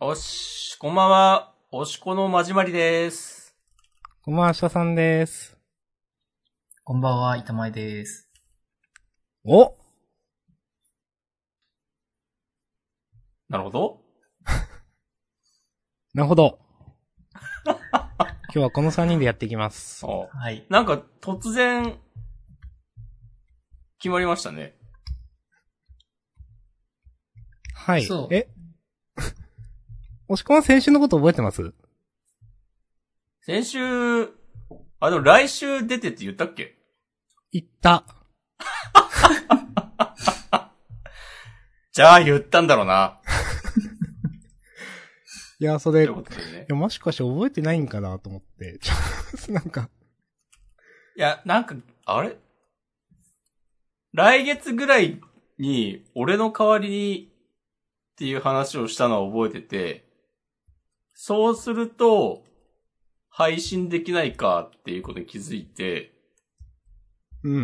こんばんは。おしこのまじまりです。 こんばんは、下さんです。 こんばんは、板前です。 おなるほど。 なるほど。今日はこの3人でやっていきます。 はい。 なんか突然、決まりましたね。 はい。 そう。 おしこは先週のこと覚えてます？ 先週、でも来週出てって言ったっけ？ 言った。 じゃあ言ったんだろうな。 いや、それ、 ということでね。 いや、もしかして覚えてないんかなと思って。なんか。 いや、なんか、あれ来月ぐらいに、俺の代わりにっていう話をしたのは覚えてて、そうすると、配信できないかっていうことに気づいて、 うん。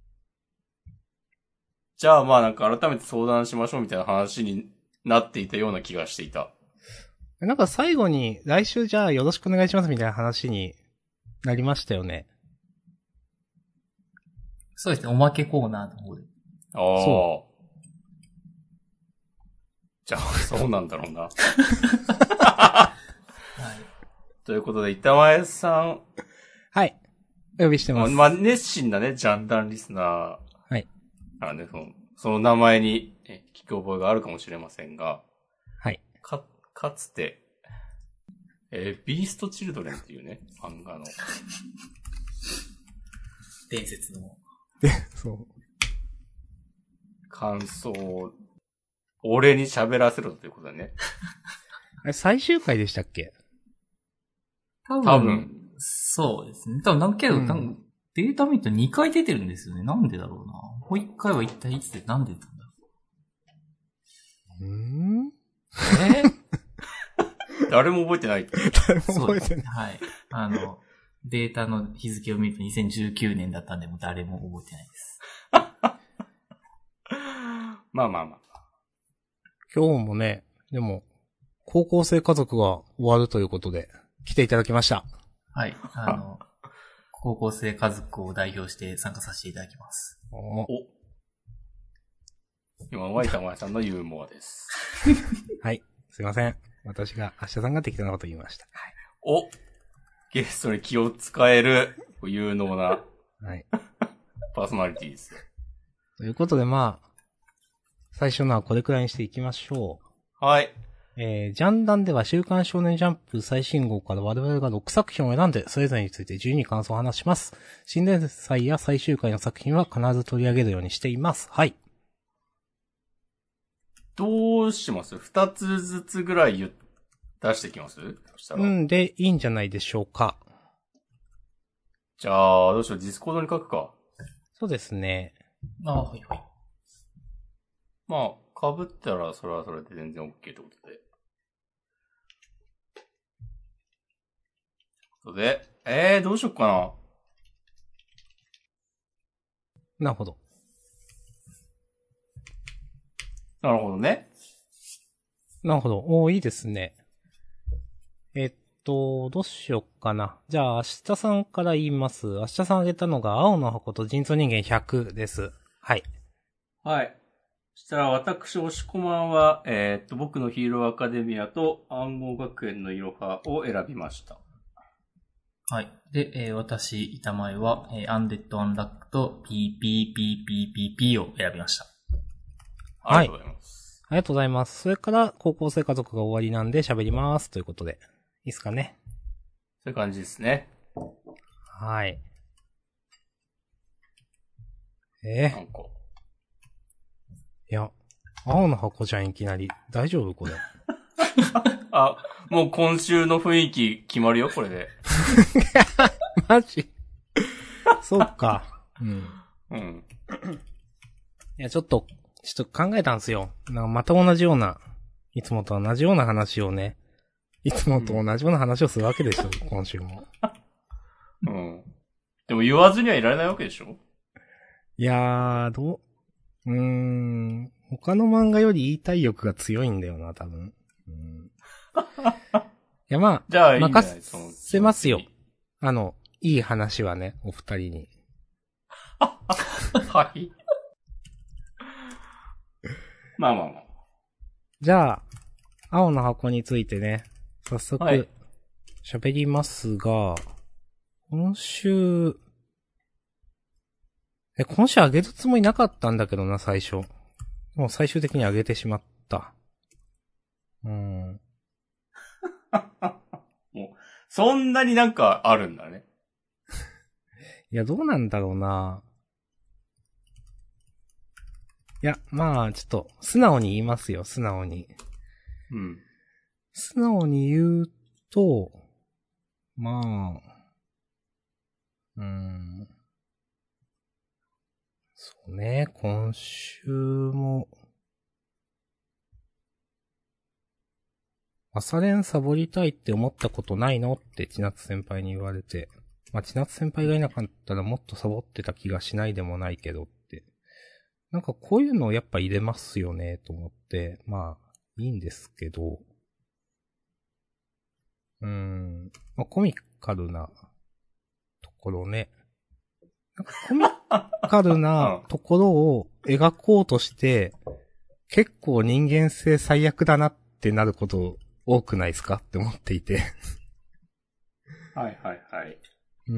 じゃあまあなんか改めて相談しましょうみたいな話になっていたような気がしていた。 なんか最後に、来週じゃあよろしくお願いしますみたいな話になりましたよね。 そうですね、おまけコーナーの方で。 ああ。 そじゃあそうなんだろうな。 はい。 ということで、板前さん。 はい。お呼びしてます。 まあ、熱心なね、ジャンダンリスナー。 はい。 ね、その名前に聞く覚えがあるかもしれませんが。 はい。 かつて、ビーストチルドレンっていうね、漫画の。 伝説の。 で、そう。 感想を、俺に喋らせろということだね。 あれ、最終回でしたっけ？ 多分。そうですね。多分、けど、データ見ると2回出てるんですよね。なんでだろうな。もう1回は一体いつでなんで出たんだろう。誰も覚えてない。 誰も覚えてない。 はい。データの日付を見ると2019年だったんで、もう誰も覚えてないです。 まあ。 今日もね、でも、高校生家族が終わるということで、来ていただきました。 はい。高校生家族を代表して参加させていただきます。 今は板前さんのユーモアです。 はい。すいません。私が、明日さんが適当なこと言いました。はい。 ゲストに気を使える、有能な、 はい。 パーソナリティですよ。 ということで、まあ、最初のはこれくらいにしていきましょう。はい。 ジャンダンでは週刊少年ジャンプ最新号から我々が6作品を選んで、それぞれについて自由に感想を話します。新連載や最終回の作品は必ず取り上げるようにしています。はい。どうします ?2 つずつぐらい出していきますそしたら。 で、いいんじゃないでしょうか。 じゃあ、どうしよう、ディスコードに書くか。 そうですね。 はいはい。 まあ、被ったらそれはそれで全然 OK ってことで。どうしよっかな。 なるほど。 なるほどね。 なるほど。いいですね。どうしよっかな。じゃあ、明日さんから言います。明日さんあげたのが、青の箱と人造人間100です。はい。 はい。そしたら、私、押しこまんは、僕のヒーローアカデミアと暗号学園のいろはを選びました。 はい。で、私、板前は、アンデッド・アンラックと PPPPPP を選びました。 はい。ありがとうございます。ありがとうございます。それから、高校生家族が終わりなんで喋ります。ということで。いいっすかね。 そういう感じですね。 はい。 なんか。 いや、青の箱じゃん、いきなり。大丈夫これ。 もう今週の雰囲気決まるよ、これで。 マジそっか。 うん。 いや、ちょっと考えたんですよ。なんかまた同じような、いつもと同じような話をね、いつもと同じような話をするわけですよ、今週も。 うん。でも言わずにはいられないわけでしょ？ いやー、他の漫画より言いたい欲が強いんだよな、多分。 いやまあ、 じゃあいいんじゃない任せますよ。いい話はね、お二人に。 はい。まあまあまあ。 じゃあ、青の箱についてね、早速、 はい喋りますが、今週あげるつもりなかったんだけどな、最初。もう最終的にあげてしまった。 もう、そんなになんかあるんだね。 いや、どうなんだろうな。いや、まあ、ちょっと、素直に言いますよ、素直に。 うん。 素直に言うと、まあ、そうね、今週も、朝練サボりたいって思ったことないのって千夏先輩に言われて、まあ千夏先輩がいなかったらもっとサボってた気がしないでもないけどって。なんかこういうのをやっぱ入れますよねと思って、まあいいんですけど、まあコミカルなところね。なんかコミカルなところを描こうとして、結構人間性最悪だなってなること多くないですかって思っていて。 はいはいはい。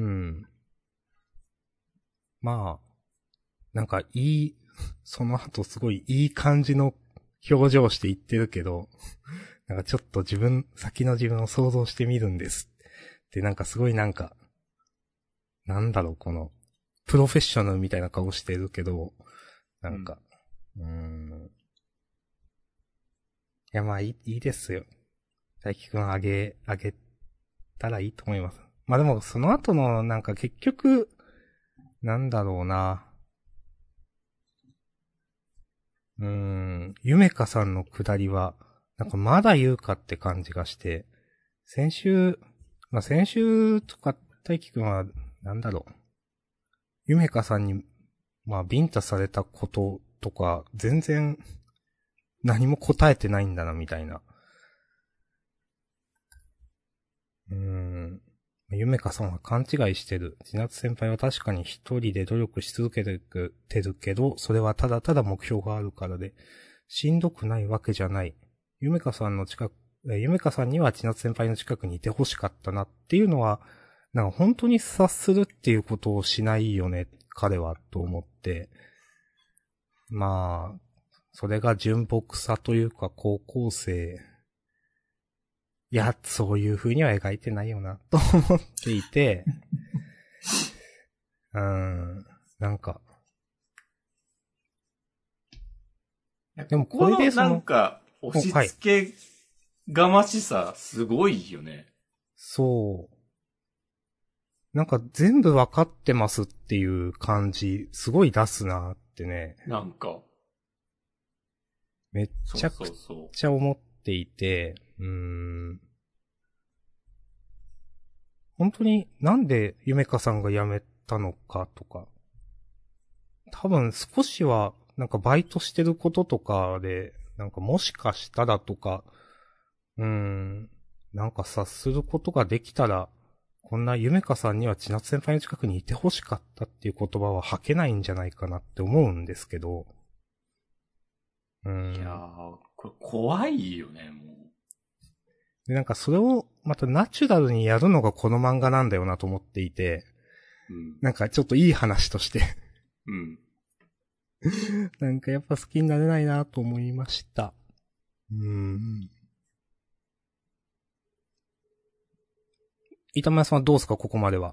まあ、なんかその後すごいいい感じの表情して言ってるけど、なんかちょっと先の自分を想像してみるんです。で、なんかすごいなんか、なんだろう、この、プロフェッショナルみたいな顔してるけど、なんか、いやまあいいですよ。大輝くんあげたらいいと思います。まあでもその後のなんか結局、なんだろうな。ゆめかさんのくだりは、なんかまだ言うかって感じがして、先週とか大輝くんは、なんだろう。ゆめかさんに、まあビンタされたこととか、全然、何も答えてないんだな、みたいな。ゆめかさんは勘違いしてる。千夏先輩は確かに一人で努力し続けてるけど、それはただただ目標があるからで、しんどくないわけじゃない。ゆめかさんには千夏先輩の近くにいて欲しかったなっていうのは、なんか本当に察するっていうことをしないよね、彼は、と思って。まあ、それが純朴さというか高校生、いや、そういう風には描いてないよな、と思っていて、なんか。 でもこれでなんか、押し付けがましさ、すごいよね。 そう。なんか全部わかってますっていう感じ、すごい出すなってね。 なんか。 めっちゃくちゃ思っていて、本当になんでゆめかさんが辞めたのかとか、多分少しはなんかバイトしてることとかで、なんかもしかしたらとか、なんか察することができたら、こんなゆめかさんには千夏先輩の近くにいて欲しかったっていう言葉は吐けないんじゃないかなって思うんですけど、 いやー、これ怖いよね、もう。 で、なんかそれをまたナチュラルにやるのがこの漫画なんだよなと思っていて、なんかちょっといい話としてなんかやっぱ好きになれないなと思いました。板前さんはどうですか、ここまでは。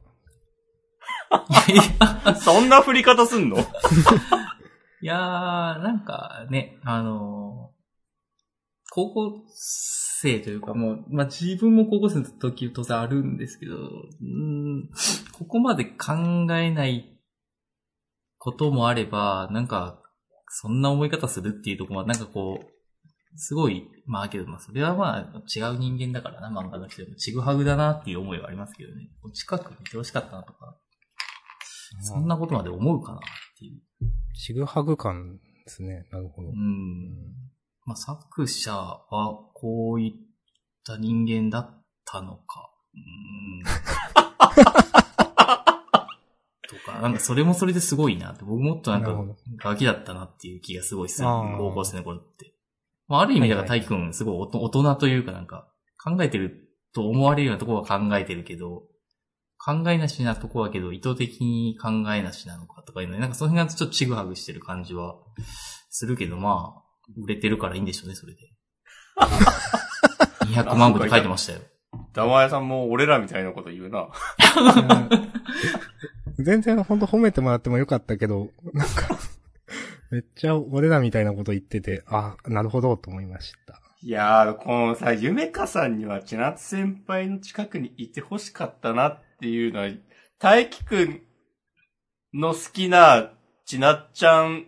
そんな振り方すんのいやー、なんかね、高校生というかもう、まあ、自分も高校生の時当然あるんですけど、ここまで考えないこともあれば、なんか、そんな思い方するっていうところは、なんかこう、すごい、まあけど、まあそれはまあ違う人間だからな、漫画の人でも。ちぐはぐだなっていう思いはありますけどね。近くにいてほしかったなとか、そんなことまで思うかなっていう。 ちぐはぐ感ですね。なるほど。 まあ作者はこう言った人間だったのか。とか、なんかそれもそれですごいなって。僕もっとなんかガキだったなっていう気がすごいする。高校生の頃って。まあ、ある意味だから大輝くんすごい大人というかなんか考えてると思われるようなところは考えてるけど、考えなしなところはけど意図的に考えなしなのかとかいうので、なんかその辺がちょっとちぐはぐしてる感じはするけど、まあ、売れてるからいいんでしょうね、それで。200万部って書いてましたよ。 ダマヤさんも俺らみたいなこと言うな。 全然ほんと褒めてもらってもよかったけど、なんか、めっちゃ俺らみたいなこと言ってて、あ、なるほどと思いました。 いやー、このさ、ゆめかさんには千夏先輩の近くにいて欲しかったなっていうのは、大輝くんの好きな千夏ちゃん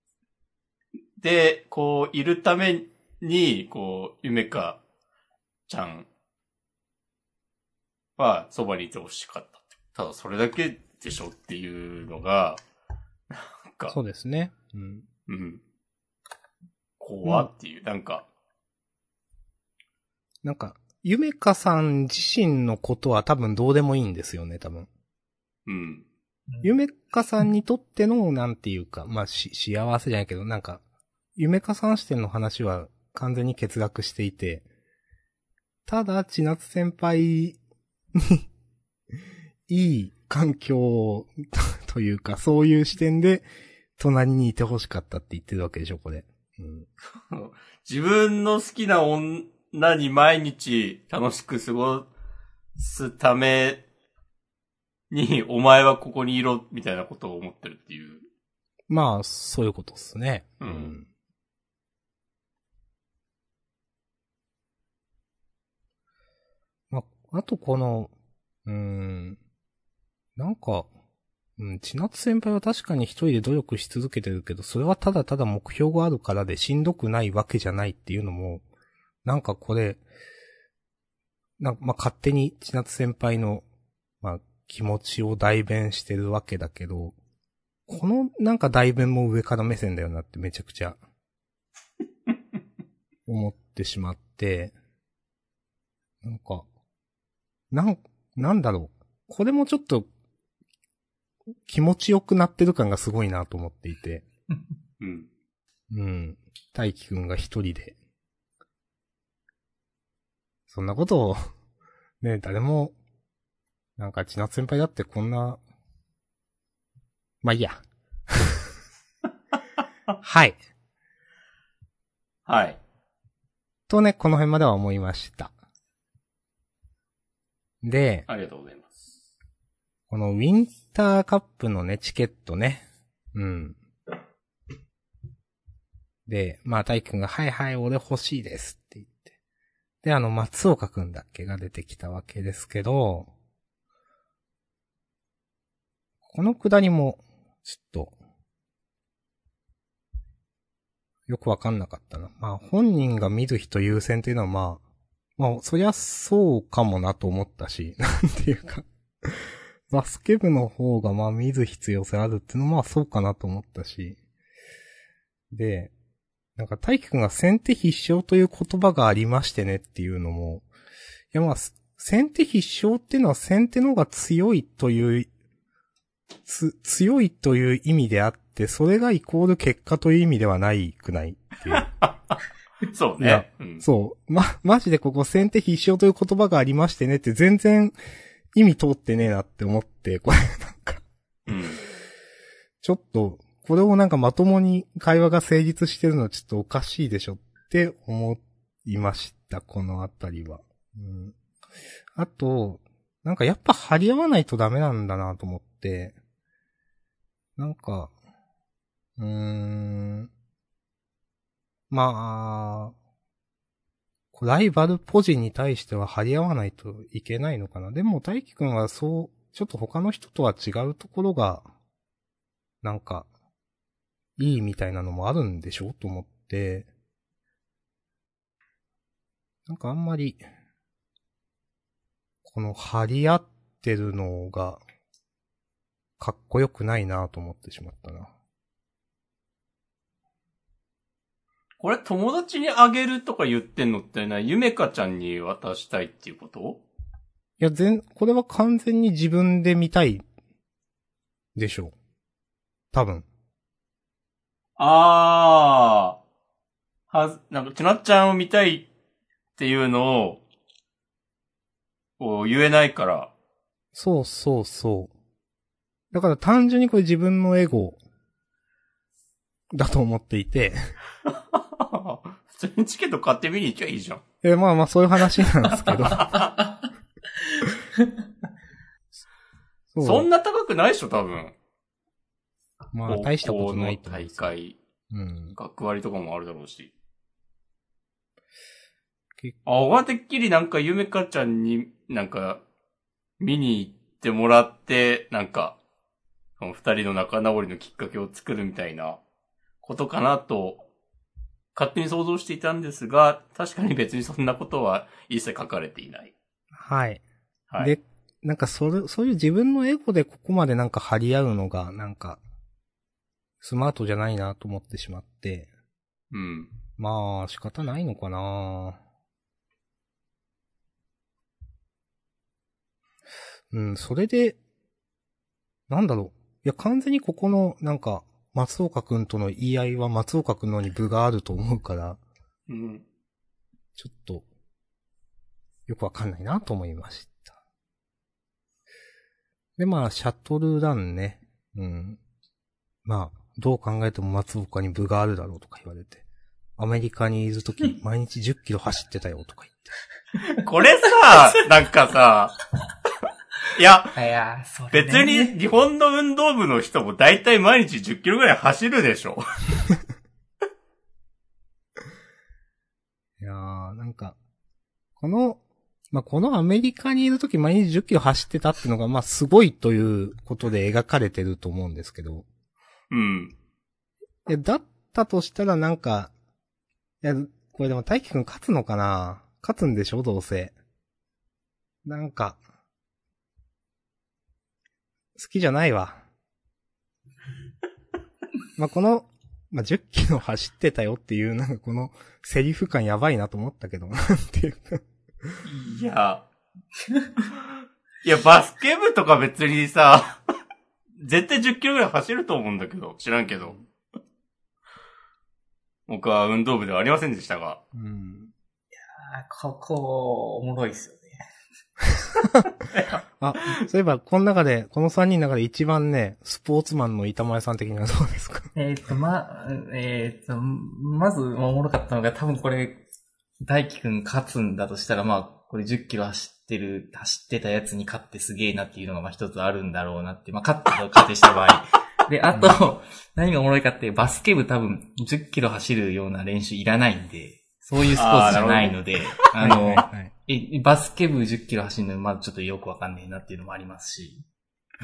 で、こう、いるために、こう、ゆめかちゃんはそばにいて欲しかった。ただそれだけでしょっていうのが、なんか。 そうですね。うん。 うん。怖っていう、なんか、 ゆめかさん自身のことは多分どうでもいいんですよね、多分。 うん。 ゆめかさんにとっての、なんていうか、まあ、幸せじゃないけど、なんか、ゆめかさん視点の話は完全に欠落していて、ただ、千夏先輩にいい環境というか、そういう視点で、隣にいて欲しかったって言ってるわけでしょ、これ。うん、 自分の好きな女に毎日楽しく過ごすために、お前はここにいろ、みたいなことを思ってるっていう。 まあ、そういうことですね。 うん。 まあ、あとこの、なんか、千夏先輩は確かに一人で努力し続けてるけど、それはただただ目標があるからでしんどくないわけじゃないっていうのも、なんかこれ、まあ、勝手に千夏先輩の、まあ、気持ちを代弁してるわけだけど、このなんか代弁も上から目線だよなってめちゃくちゃ思ってしまって、なんか、なんだろう。これもちょっと気持ちよくなってる感がすごいなと思っていて。 うん。 うん。大輝くんが一人で。そんなことを、ね、誰も、なんか千夏先輩だってこんな、まあいいや。はい。 はい。 とね、この辺までは思いました。で、 ありがとうございます。 このウィンターカップのね、チケットね。うん。で、まあ大輝くんが、はいはい、俺欲しいですって言って。で、松岡くんだっけが出てきたわけですけど、このくだりも、ちょっと、よくわかんなかったな。まあ、本人が見る人優先っていうのはまあ、そりゃそうかもなと思ったし、なんていうか、バスケ部の方がまあ見る必要性あるっていうのもまあそうかなと思ったし、で、なんか大輝くんが先手必勝という言葉がありましてねっていうのも、いやまあ、先手必勝っていうのは先手の方が強いという、強いという意味であって、それがイコール結果という意味ではないくないっていう。 そうね。 うん、そう。マジでここ先手必勝という言葉がありましてねって全然意味通ってねえなって思って、これなんかちょっと、これをなんかまともに会話が成立してるのはちょっとおかしいでしょって思いました、このあたりは。うん、あと、なんかやっぱ張り合わないとダメなんだなと思って、なんか、まあ、ライバルポジに対しては張り合わないといけないのかな。でも大輝くんはそう、ちょっと他の人とは違うところが、なんか、いいみたいなのもあるんでしょと思って、なんかあんまり、この張り合ってるのが、かっこよくないなと思ってしまったな。 これ友達にあげるとか言ってんのってゆめかちゃんに渡したいっていうこと？ いや、これは完全に自分で見たいでしょう。多分。 なんか、ちなっちゃんを見たいっていうのを、こう言えないから。 そうそうそう。だから単純にこれ自分のエゴだと思っていて。 普通にチケット買って見に行きゃいいじゃん。 まあまあそういう話なんですけど。 そんな高くないでしょ、多分。 まあ大したことないと思う。 大会。 うん。 学割とかもあるだろうし。俺てっきりなんかゆめかちゃんになんか見に行ってもらって、なんか、二人の仲直りのきっかけを作るみたいなことかなと、勝手に想像していたんですが、確かに別にそんなことは一切書かれていない。 はい。 はい。 で、なんかそういう自分のエゴでここまでなんか張り合うのが、なんか、スマートじゃないなと思ってしまって。 うん。 まあ、仕方ないのかな。うん、それで、なんだろう。いや、完全にここの、なんか、松岡くんとの言い合いは松岡くんのに分があると思うから、 うん。 ちょっと、よくわかんないなと思いました。で、まあ、シャトルランね。うん。まあ、どう考えても松岡に分があるだろうとか言われて。アメリカにいるとき、毎日10キロ走ってたよとか言って。 これさ、なんかさ、いや、 それね、 別に日本の運動部の人もだいたい毎日10キロぐらい走るでしょ。 いやー、なんか、このアメリカにいるとき毎日10キロ走ってたっていうのが、まあすごいということで描かれてると思うんですけど。 うん。 だったとしたらなんか、これでも大輝くん勝つのかな？勝つんでしょどうせ。なんか、好きじゃないわ。まあ、10キロ走ってたよっていう、なんかこのセリフ感やばいなと思ったけど、なんていうか。 いや、バスケ部とか別にさ、絶対10キロぐらい走ると思うんだけど、知らんけど。僕は運動部ではありませんでしたが。 うん。いやここ、おもろいっすよね。 あ、そういえば、この3人の中で一番ね、スポーツマンの板前さん的にはどうですか？ まず、おもろかったのが、多分これ、大輝くん勝つんだとしたら、まあ、これ10キロ走ってたやつに勝ってすげえなっていうのが、まあ一つあるんだろうなって、まあ勝ってと仮定した場合。で、あと、何がおもろいかって、バスケ部多分10キロ走るような練習いらないんで、そういうスポーツじゃないので、バスケ部10キロ走るのまずちょっとよくわかんねえなっていうのもありますし。 うん。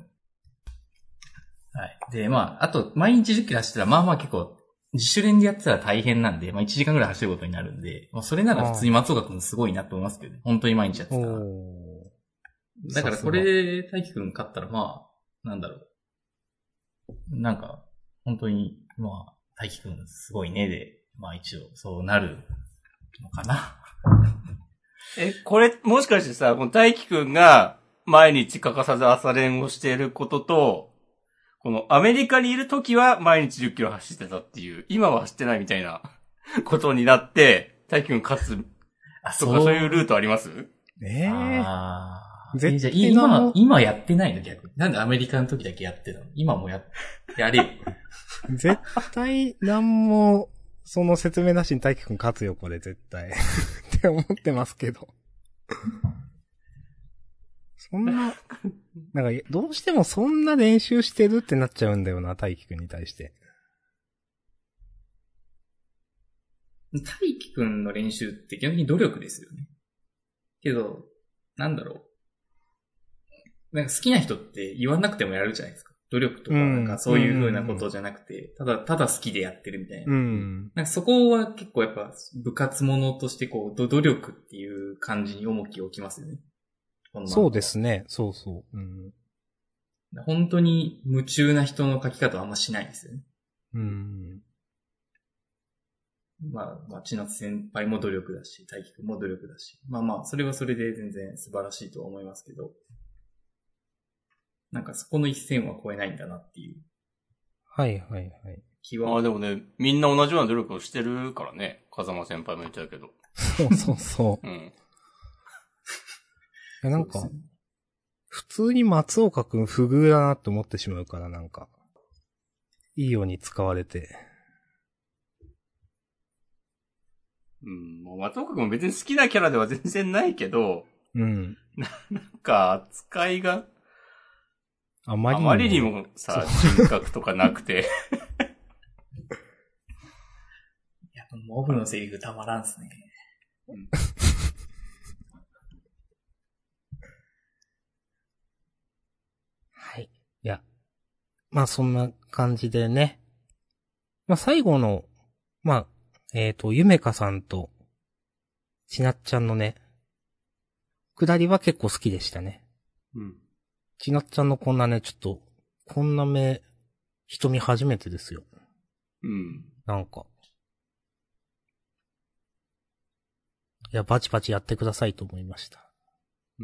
はい。で、まあ、あと、毎日10キロ走ったら、まあまあ結構、自主練でやってたら大変なんで、まあ1時間ぐらい走ることになるんで、まあそれなら普通に松岡くんすごいなと思いますけどね。本当に毎日やってたら。だからこれで大輝くん勝ったら、まあ、なんだろう。なんか、本当に、まあ、大輝くんすごいねで、まあ一応そうなるのかな。 これ、もしかしてさ、この大輝くんが毎日欠かさず朝練をしていることと、このアメリカにいる時は毎日10キロ走ってたっていう、今は走ってないみたいなことになって、大輝くん勝つとかそういうルートあります？ じゃあ今やってないの逆に。なんでアメリカの時だけやってたの？今もやれよ。 絶対なんも、その説明なしに大輝くん勝つよ、これ絶対。って思ってますけど。そんな、なんか、どうしてもそんな練習してるってなっちゃうんだよな、大輝くんに対して。 大輝くんの練習って基本的に努力ですよね。けど、なんだろう。なんか好きな人って言わなくてもやるじゃないですか。努力とか、なんかそういう風なことじゃなくて、ただ好きでやってるみたいな。なんかそこは結構やっぱ部活ものとしてこう、努力っていう感じに重きを置きますよね。 そうですね。そうそう。 本当に夢中な人の書き方はあんましないんですよね。 まあ、千夏先輩も努力だし、大輝くんも努力だし。まあまあ、それはそれで全然素晴らしいとは思いますけど。なんかそこの一線は越えないんだなっていうはいはいはい。 気は。 でもね、みんな同じような努力をしてるからね。風間先輩も言ってたけど。 そうそうそう。 うん。いやなんか、 そうですね普通に松岡くん不遇だなって思ってしまうからなんか、いいように使われて。 うん。もう松岡君も別に好きなキャラでは全然ないけど、 うん。 なんか扱いがあまりにも。 あまりにもさ、人格とかなくて。 いや、モブのセリフたまらんっすね。 はい。いや。まあそんな感じでね。まあ最後の、まあ、ゆめかさんと、ちなっちゃんのね、くだりは結構好きでしたね。 うん。 ちなっちゃんのこんなね、ちょっと、こんな目、瞳初めてですよ。 うん。 なんか。いや、バチバチやってくださいと思いました。 うん。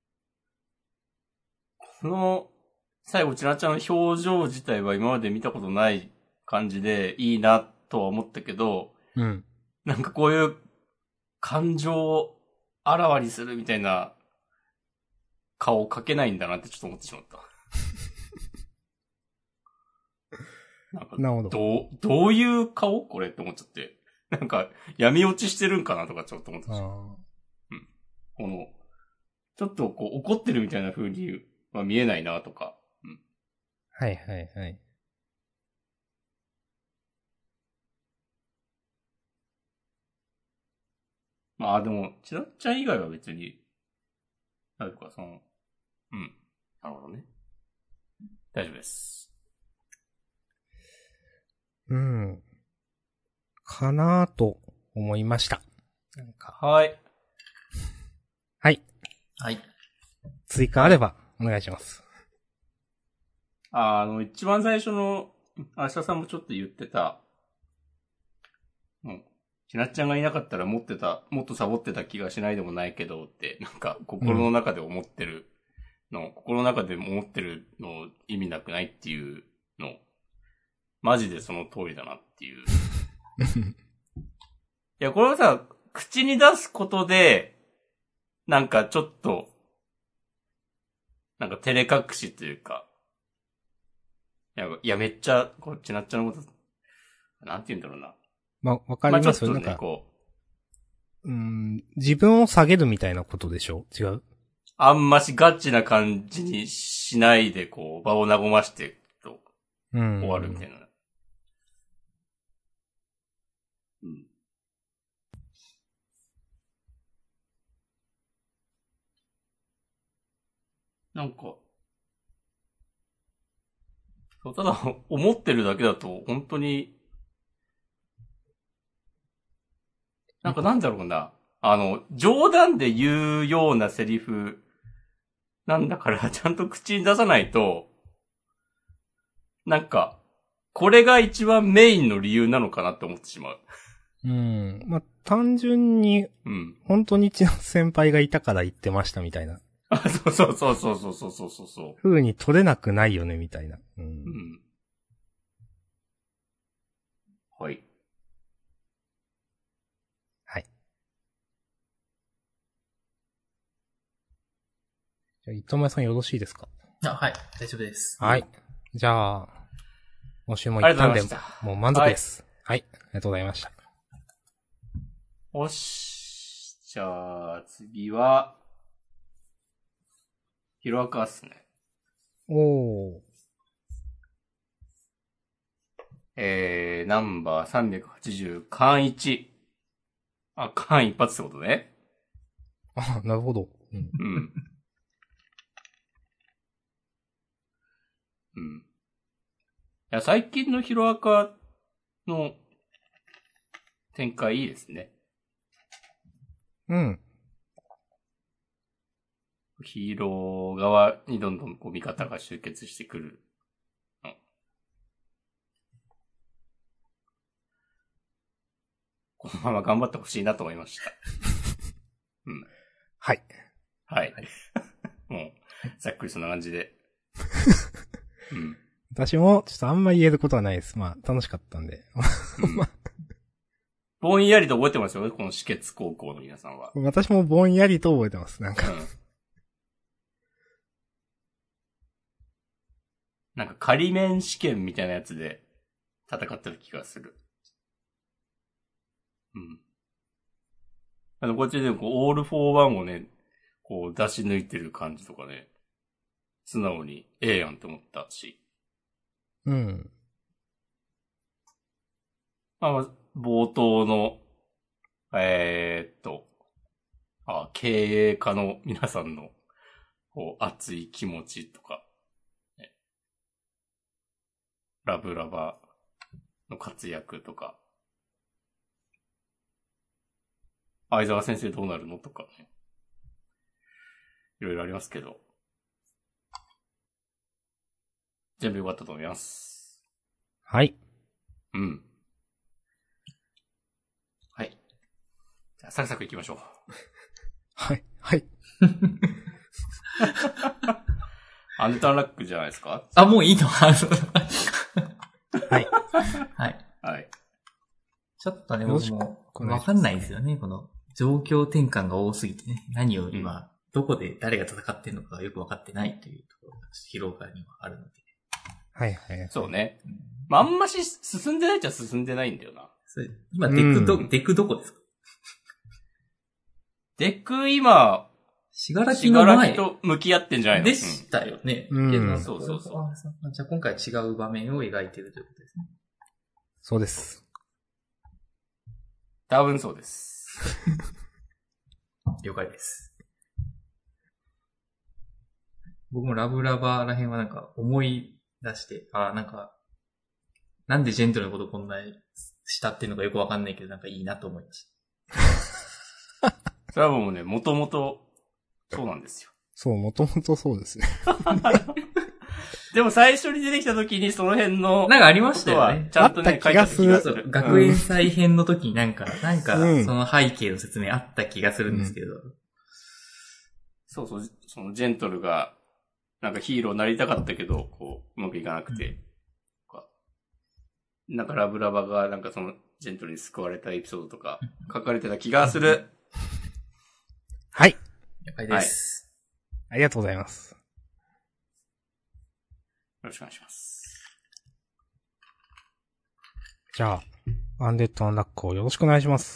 この、最後、ちなちゃんの表情自体は今まで見たことない感じでいいなとは思ったけど、 うん。 なんかこういう感情をあらわにするみたいな顔を描けないんだなってちょっと思ってしまった。なんかなるほど。 どういう顔これって思っちゃって。なんか、闇落ちしてるんかなとかちょっと思ってしまった。うん。この、ちょっとこう怒ってるみたいな風には見えないなとか。うん。 はいはいはい。 まあでも、ちなっちゃん以外は別に、なんかその、うん。なるほどね。大丈夫です。 うん。かなぁと思いました。なんか。 はい。 はい。 はい。 追加あれば、お願いします。 一番最初の、明日さんもちょっと言ってた、うん。ちなっちゃんがいなかったらもっとサボってた気がしないでもないけどって、なんか心の中で思ってるの、心の中で思ってるの意味なくないっていうの、マジでその通りだなっていう。いや、これはさ、口に出すことで、なんかちょっと、なんか照れ隠しというか、いやめっちゃ、こっちなっちゃんのこと、なんて言うんだろうな。 ま、わかりますよ、 まあ、ちょっとね、 なんか、 こう、 自分を下げるみたいなことでしょ違うあんましガチな感じにしないで、こう、場を和ましてと、終わるみたいな。うん。なんか、そうただ、思ってるだけだと、本当に、なんかなんだろうな。冗談で言うようなセリフ、なんだからちゃんと口に出さないと、なんか、これが一番メインの理由なのかなって思ってしまう。 まあ、単純に、 うん。 本当に千夏先輩がいたから言ってましたみたいな。 そうそうそうそうそうそうそうそう。 風に取れなくないよね、みたいな。 うん。はい。 はい。じゃあ、糸前さんよろしいですか？ はい。大丈夫です。 はい。じゃあ、今週もあり一旦でがとうございました。 もう満足です。はい。ありがとうございました。 よし。じゃあ、次は、ヒロアカっすね。 おー。 ナンバー380、缶1。あ、缶一発ってことね。 あ、なるほど。うん。 うん。うん。いや、最近のヒロアカの展開いいですね。 うん。 ヒーロー側にどんどんこう味方が集結してくる。 このまま頑張ってほしいなと思いました。うん。 はい。 はい。もう、ざっくりそんな感じで。うん。 私も、ちょっとあんま言えることはないです。まあ、楽しかったんで。 うん、ぼんやりと覚えてますよね、この止血高校の皆さんは。 私もぼんやりと覚えてます、なんか。うん、 なんか仮免試験みたいなやつで戦ってる気がする。うん。こっちでこう、オールフォーワンをね、こう出し抜いてる感じとかね、素直にええやんって思ったし。 うん。 まあ、冒頭の、経営家の皆さんの、こう、熱い気持ちとか、ね、ラブラバの活躍とか、相沢先生どうなるのとかね。いろいろありますけど。全部良かったと思います。 はい。 うん。はい。じゃあ、サクサク行きましょう。 はい。はい。 アンターラックじゃないですか？ あ、もういいの？はい。 はい。 はい。 ちょっとね、僕もわかんないですよね。この状況転換が多すぎてね。何を今、どこで誰が戦ってるのかよくわかってないというところが疲労感にはあるので。 はいはい。 そうね。まあ、あんまし進んでないっちゃ進んでないんだよな。 今、デクどこですか？ デク今、 しがらきの前と向き合ってんじゃないの？ でしたよね。 うん。 そうそうそう。 じゃあ今回違う場面を描いているということですね。 そうです。 多分そうです。 了解です。僕もラブラバーら辺はなんか思い出して、なんでジェントルのことこんなにしたっていうのかよくわかんないけど、なんかいいなと思いました。 それはもうね、もともと、そうなんですよ。 そう、もともとそうですね。 でも最初に出てきた時にその辺の、 なんかありましたよね。 ちゃんとね、 書いてあった気がする。 学園祭編の時になんかその背景の説明あった気がするんですけど。 そうそう、そのジェントルが、なんかヒーローになりたかったけど、こう、うまくいかなくて、なんかラブラバがなんかそのジェントルに救われたエピソードとか書かれてた気がする。 はい。 了解です、 はい。ありがとうございます。 よろしくお願いします。 じゃあ、アンデッドアンラックをよろしくお願いします。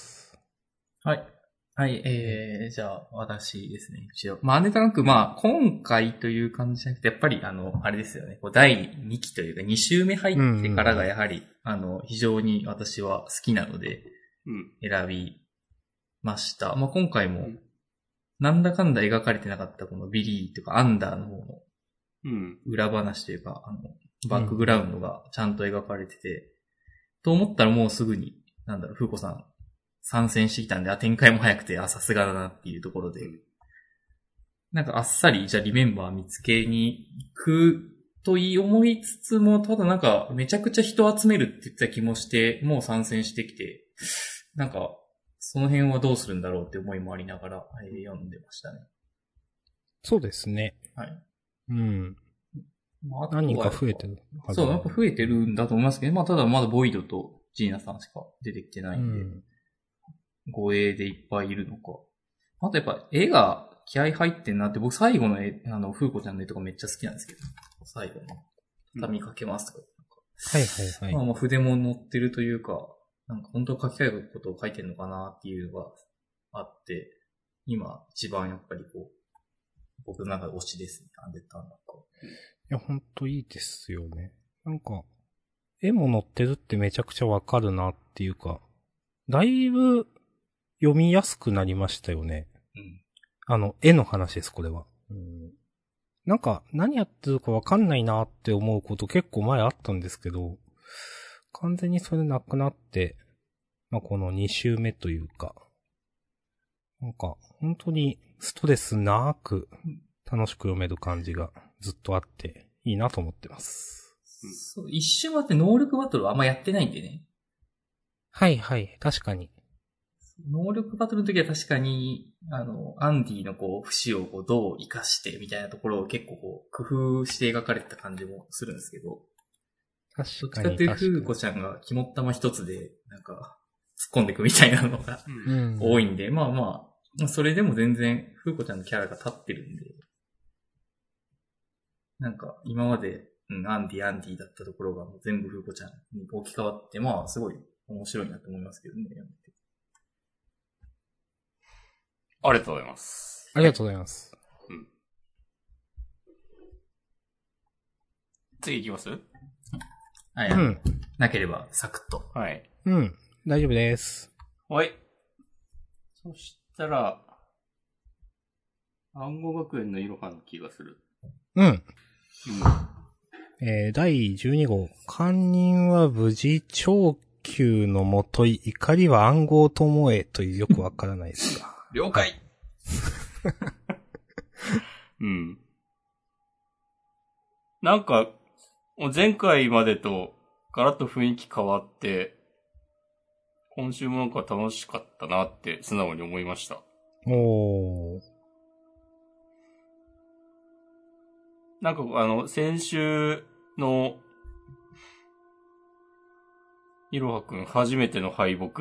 はい。はい、じゃあ、私ですね、一応。アンデッドアンラック、今回という感じじゃなくて、やっぱり、あれですよね、第2期というか、2週目入ってからがやはり、非常に私は好きなので、選びました。今回も、なんだかんだ描かれてなかったこのビリーとかアンダーの方の、裏話というか、バックグラウンドがちゃんと描かれてて、と思ったらもうすぐに、風子さん参戦してきたんで、展開も早くて、さすがだなっていうところで、なんかあっさり、じゃあリメンバー見つけに行くと思いつつも、ただなんかめちゃくちゃ人集めるって言った気もして、もう参戦してきて、なんか、その辺はどうするんだろうって思いもありながら、読んでましたね。 そうですね。 はい。 うん。何人か増えてる。 そう、やっぱ増えてるんだと思いますけど、ただまだボイドとジーナさんしか出てきてないんで、護衛でいっぱいいるのか。あとやっぱ絵が気合入ってんなって、僕最後の絵、風子ちゃんの絵とかめっちゃ好きなんですけど、最後の畳みかけますとか。 はいはいはい。 筆も載ってるというか、なんか本当書き換えることを書いてるのかなっていうのがあって、今一番やっぱり僕の中で推しですね、アンデッドアンラック。 いや、ほんといいですよね。なんか、絵も載ってるってめちゃくちゃわかるなっていうか、だいぶ読みやすくなりましたよね。絵の話です、これは。なんか、何やってるかわかんないなって思うこと結構前あったんですけど、完全にそれなくなって、この2週目というか、なんか、本当にストレスなく楽しく読める感じがずっとあって、いいなと思ってます。 そう、一瞬待って能力バトルはあんまやってないんでね。 はいはい、確かに。 能力バトルの時は確かに、アンディのこう、節をこうどう活かしてみたいなところを結構こう、工夫して描かれてた感じもするんですけど、 確かどっちに。 かっていうと、フーコちゃんが肝っ玉一つで、なんか、突っ込んでいくみたいなのが多いんで、まあまあ、それでも全然、フーコちゃんのキャラが立ってるんで、なんか、今まで、アンディだったところがもう全部フーコちゃんに置き換わって、まあ、すごい面白いなと思いますけどね。 ありがとうございます。 ありがとうございます。 うん。次行きます？ はい。うん。なければ、サクッと。 はい。 うん。大丈夫です。 はい。そしたら、暗号学園のいろはの気がする。 うん。第12号。堪忍は無事、長久のもとい、怒りは暗号と思えというよくわからないですが。 了解うん。なんか、前回までとガラッと雰囲気変わって、今週もなんか楽しかったなって素直に思いました。 おー。 なんか先週のいろはくん初めての敗北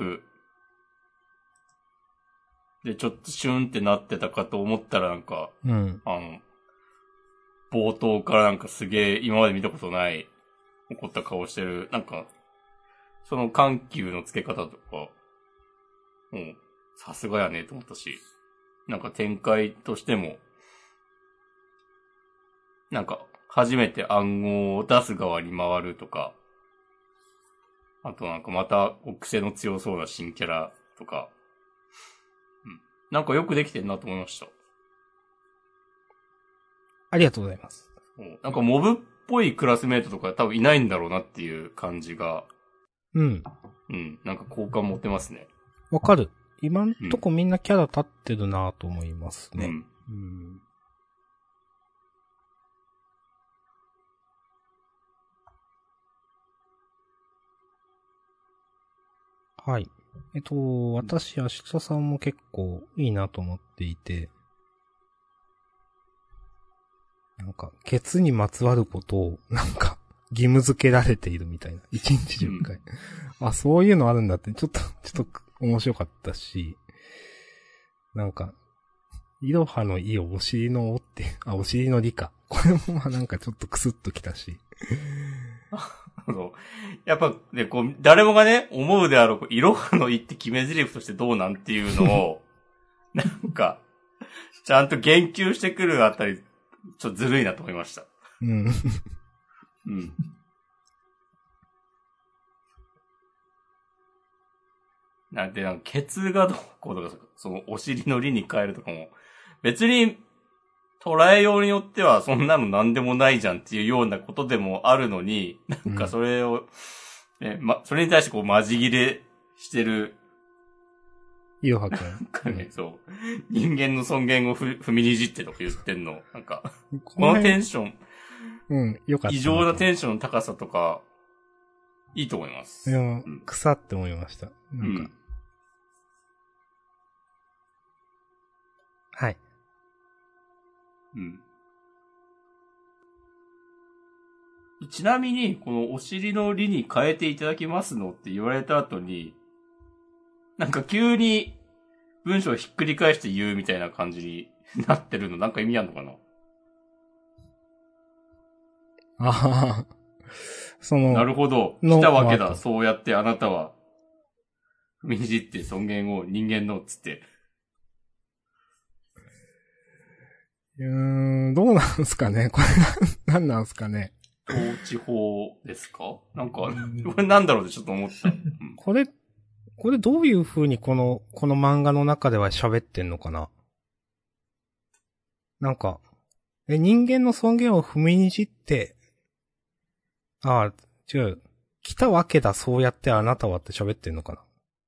でちょっとシュンってなってたかと思ったらなんか、 うん。 冒頭からなんかすげえ今まで見たことない怒った顔してる、なんか、その緩急の付け方とか、もうさすがやねと思ったし、なんか展開としても、なんか初めて暗号を出す側に回るとか、あとなんかまた癖の強そうな新キャラとか、なんかよくできてんなと思いました。 ありがとうございます。 なんかモブっぽいクラスメイトとか多分いないんだろうなっていう感じが。 うん。 うん。なんか好感持ってますね。 わかる。今んとこみんなキャラ立ってるなと思いますね。 うん。 うん。はい。私、明日さんも結構いいなと思っていて、なんか、ケツにまつわることを、なんか、義務付けられているみたいな。1日10回。あ、そういうのあるんだって、ちょっと面白かったし、なんか、いろはのいをお尻のおって、お尻のりか。これもまあなんかちょっとクスッときたし。 やっぱね、こう、誰もがね、思うであろう、いろはのいって決め台詞としてどうなんっていうのを、なんか、ちゃんと言及してくるあたり、ちょっとずるいなと思いました。 うん。 うん。なんで、ケツがどうこうとか、そのお尻のりに変えるとかも、別に捉えようによってはそんなのなんでもないじゃんっていうようなことでもあるのに、なんかそれを、ね、それに対してこうマジ切れしてる。 いろはくん。 なんかね、そう。人間の尊厳を踏みにじってとか言ってんの。なんか、このテンション。 うん、よかった。 異常なテンションの高さとか、いいと思います。 いや、草って思いました。なんか。はい。 うん。ちなみに、このお尻のりに変えていただきますのって言われた後に、なんか急に文章をひっくり返して言うみたいな感じになってるの、なんか意味あるのかな？ ああ、 なるほど。来たわけだ。そうやってあなたは、踏みにじって尊厳を人間のつって。 どうなんすかねこれなんなんすかね統治法ですか？なんか、これなんだろうってちょっと思った。 これどういう風にこの漫画の中では喋ってんのかな？なんか、人間の尊厳を踏みにじって、違う。来たわけだ、そうやってあなたはって喋ってんのかな？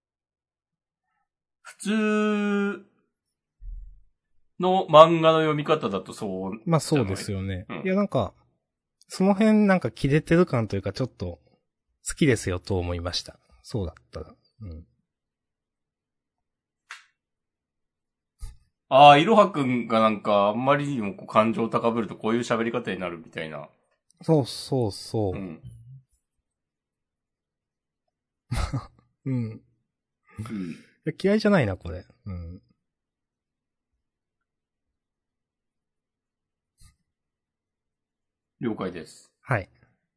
普通の漫画の読み方だとそう。 まあそうですよね。いやなんか、その辺なんか切れてる感というかちょっと好きですよと思いました。そうだったら。うん。 ああ、いろはくんがなんか、あんまりにもこう感情高ぶるとこういう喋り方になるみたいな。 そうそうそう。 うん。 うん。 うん。 いや嫌いじゃないな、これ。うん。 了解です。 はい。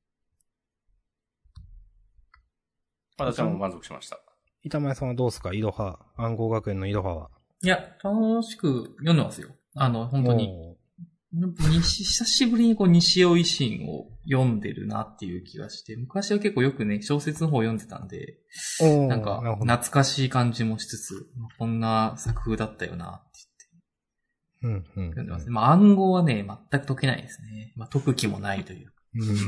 私はもう満足しました。 板前さんはどうですか？いろは、暗号学園のいろはは。 いや、楽しく読んでますよ。本当に。久しぶりにこう、西尾維新を読んでるなっていう気がして、昔は結構よくね、小説の方を読んでたんで、なんか、懐かしい感じもしつつ、こんな作風だったよなって言って。 読んでますね。まあ、暗号はね、全く解けないですね。まあ、解く気もないというか。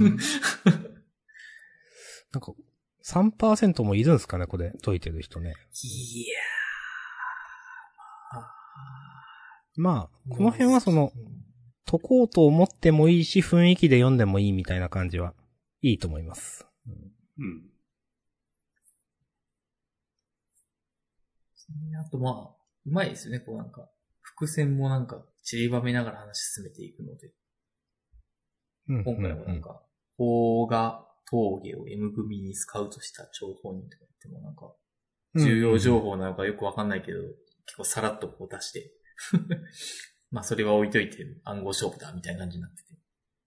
なんか、3% もいるんですかね、これ、解いてる人ね。 いやー。まあ、この辺は解こうと思ってもいいし、雰囲気で読んでもいいみたいな感じは、いいと思います。 うん。 あとまあ、うまいですよね、こうなんか、伏線もなんか、散りばめながら話進めていくので。今回もなんか、法が峠を M 組にスカウトした張本人とか言ってもなんか、重要情報なのかよくわかんないけど、結構さらっとこう出して、まあそれは置いといて暗号勝負だみたいな感じになってて。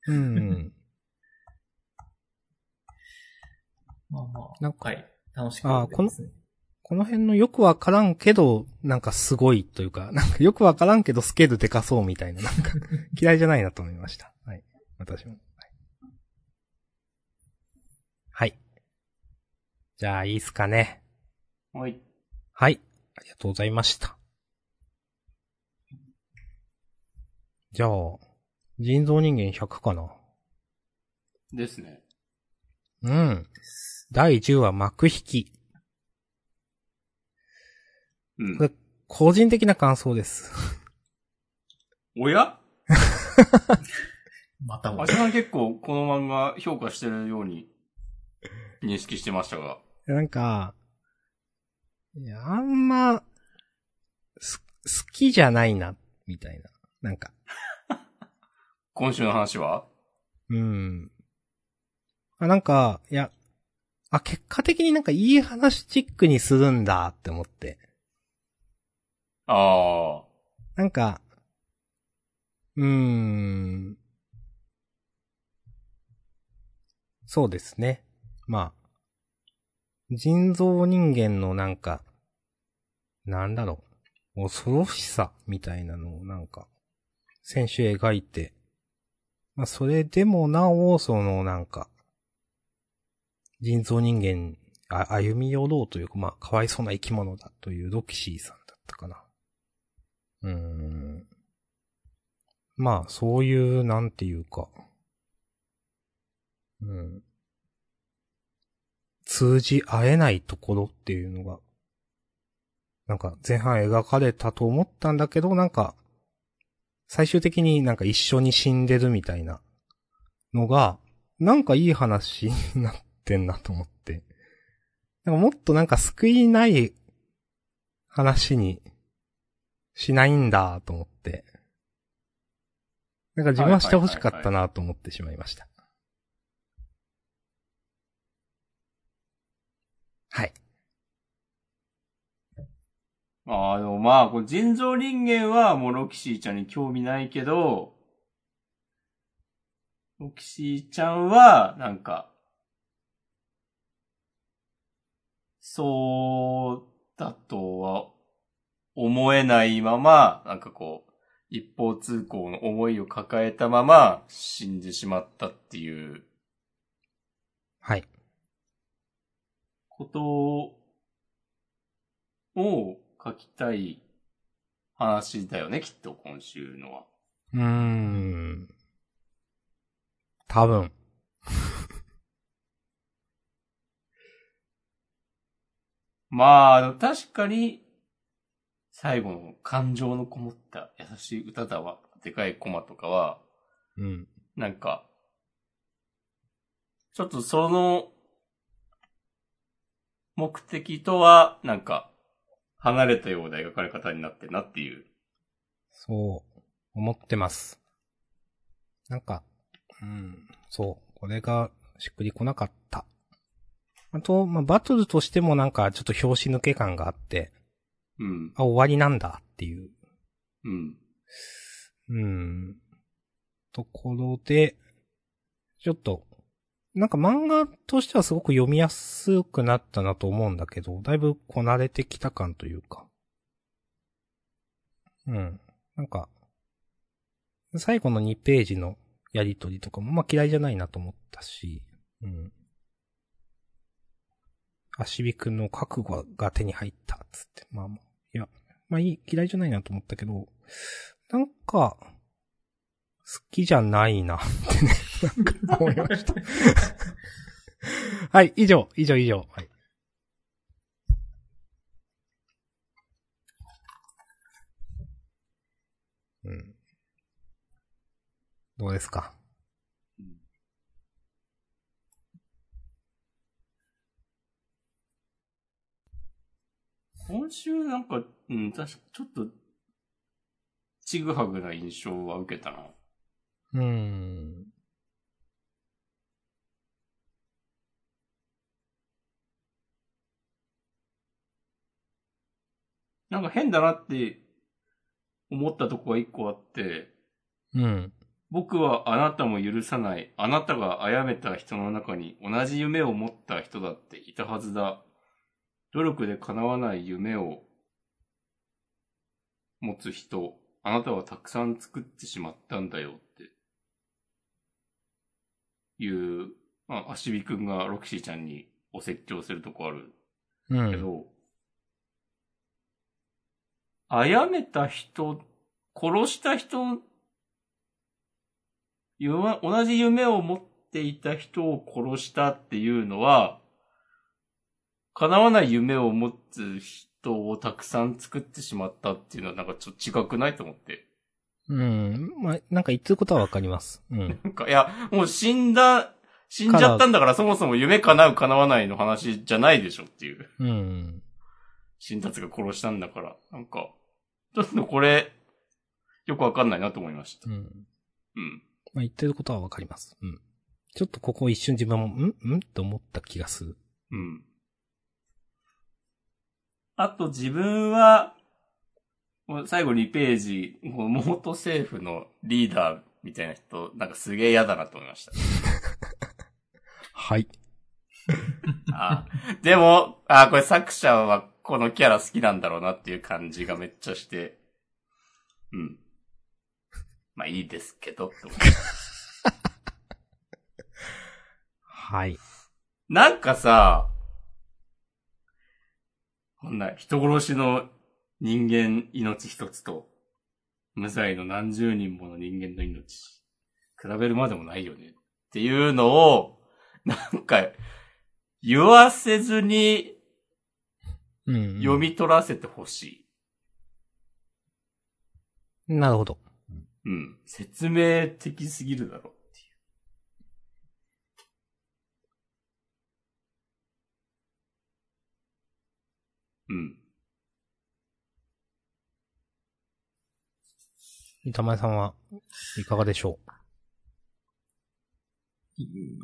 まあまあ、 なんかはい、楽しく読んでますね。 この辺のよくわからんけど、なんかすごいというか、なんかよくわからんけどスケールでかそうみたいな、なんか嫌いじゃないなと思いました。はい。私も。はい。じゃあいいっすかね。 はい。 はい。ありがとうございました。じゃあ、人造人間100かな。 ですね。 うん。第10話幕引き。 うん。 これ、個人的な感想です。 おやまたも。 あしさん結構この漫画評価してるように認識してましたが。 なんか、いや、あんま、好きじゃないな、みたいな。なんか。 今週の話は？ なんか、いや、結果的になんかいい話チックにするんだって思って。 ああ。 なんか、そうですね。まあ、人造人間のなんか、なんだろう、恐ろしさみたいなのをなんか、先週描いて、まあそれでもなお、なんか、人造人間、歩み寄ろうというか、まあ、かわいそうな生き物だというロキシーさんだったかな。まあ、そういう、なんていうか、通じ合えないところっていうのが、なんか前半描かれたと思ったんだけど、なんか、最終的になんか一緒に死んでるみたいなのが、なんかいい話になってんなと思って。なんかもっとなんか救いない話にしないんだと思って。なんか自分はしてほしかったなと思ってしまいました。はい。 でもまあ、これ人造人間はもうロキシーちゃんに興味ないけど、ロキシーちゃんは、なんか、そうだとは思えないまま、なんかこう、一方通行の思いを抱えたまま死んでしまったっていう。 はい。 ことを書きたい話だよね、きっと今週のは。 多分。 まあ、確かに、最後の感情のこもった優しい歌だわ、でかいコマとかは、なんか、ちょっとその、目的とは、なんか、離れたような描かれ方になってるなっていうそう思ってます。なんか、そう、これがしっくりこなかった。あと、バトルとしてもなんかちょっと拍子抜け感があって、終わりなんだっていう。ところで、ちょっと、なんか漫画としてはすごく読みやすくなったなと思うんだけど、だいぶこなれてきた感というか。なんか、最後の2ページのやりとりとかも嫌いじゃないなと思ったし、足火くんの覚悟が手に入ったっつって、嫌いじゃないなと思ったけど、なんか、好きじゃないなってね、なんか思いました。はい、以上。はい。どうですか？ 今週なんか、確かちょっと、ちぐはぐな印象は受けたな。なんか変だなって思ったとこが一個あって、僕はあなたも許さない。あなたが殺めた人の中に同じ夢を持った人だっていたはずだ。努力で叶わない夢を持つ人、あなたはたくさん作ってしまったんだよっていう、アシビくんがロキシーちゃんにお説教するとこあるけど、殺めた人、殺した人、同じ夢を持っていた人を殺したっていうのは、叶わない夢を持つ人をたくさん作ってしまったっていうのはなんかちょっと違くないと思って。 なんか言ってることはわかります。 なんか、いや、もう死んじゃったんだからそもそも夢叶う叶わないの話じゃないでしょっていう。死んだつが殺したんだから。なんか、ちょっとこれ、よくわかんないなと思いました。 言ってることはわかります。ちょっとここ一瞬自分も、と思った気がする。 あと自分は、最後2ページ、モート政府のリーダーみたいな人、なんかすげえ嫌だなと思いました。 はい。 でも、これ作者はこのキャラ好きなんだろうなっていう感じがめっちゃして、いいですけど、 はい。 なんかさ、こんな人殺しの人間命一つと、無罪の何十人もの人間の命、比べるまでもないよねっていうのを、なんか、言わせずに、読み取らせてほしい。なるほど。 説明的すぎるだろっていう。 板前さんはいかがでしょう？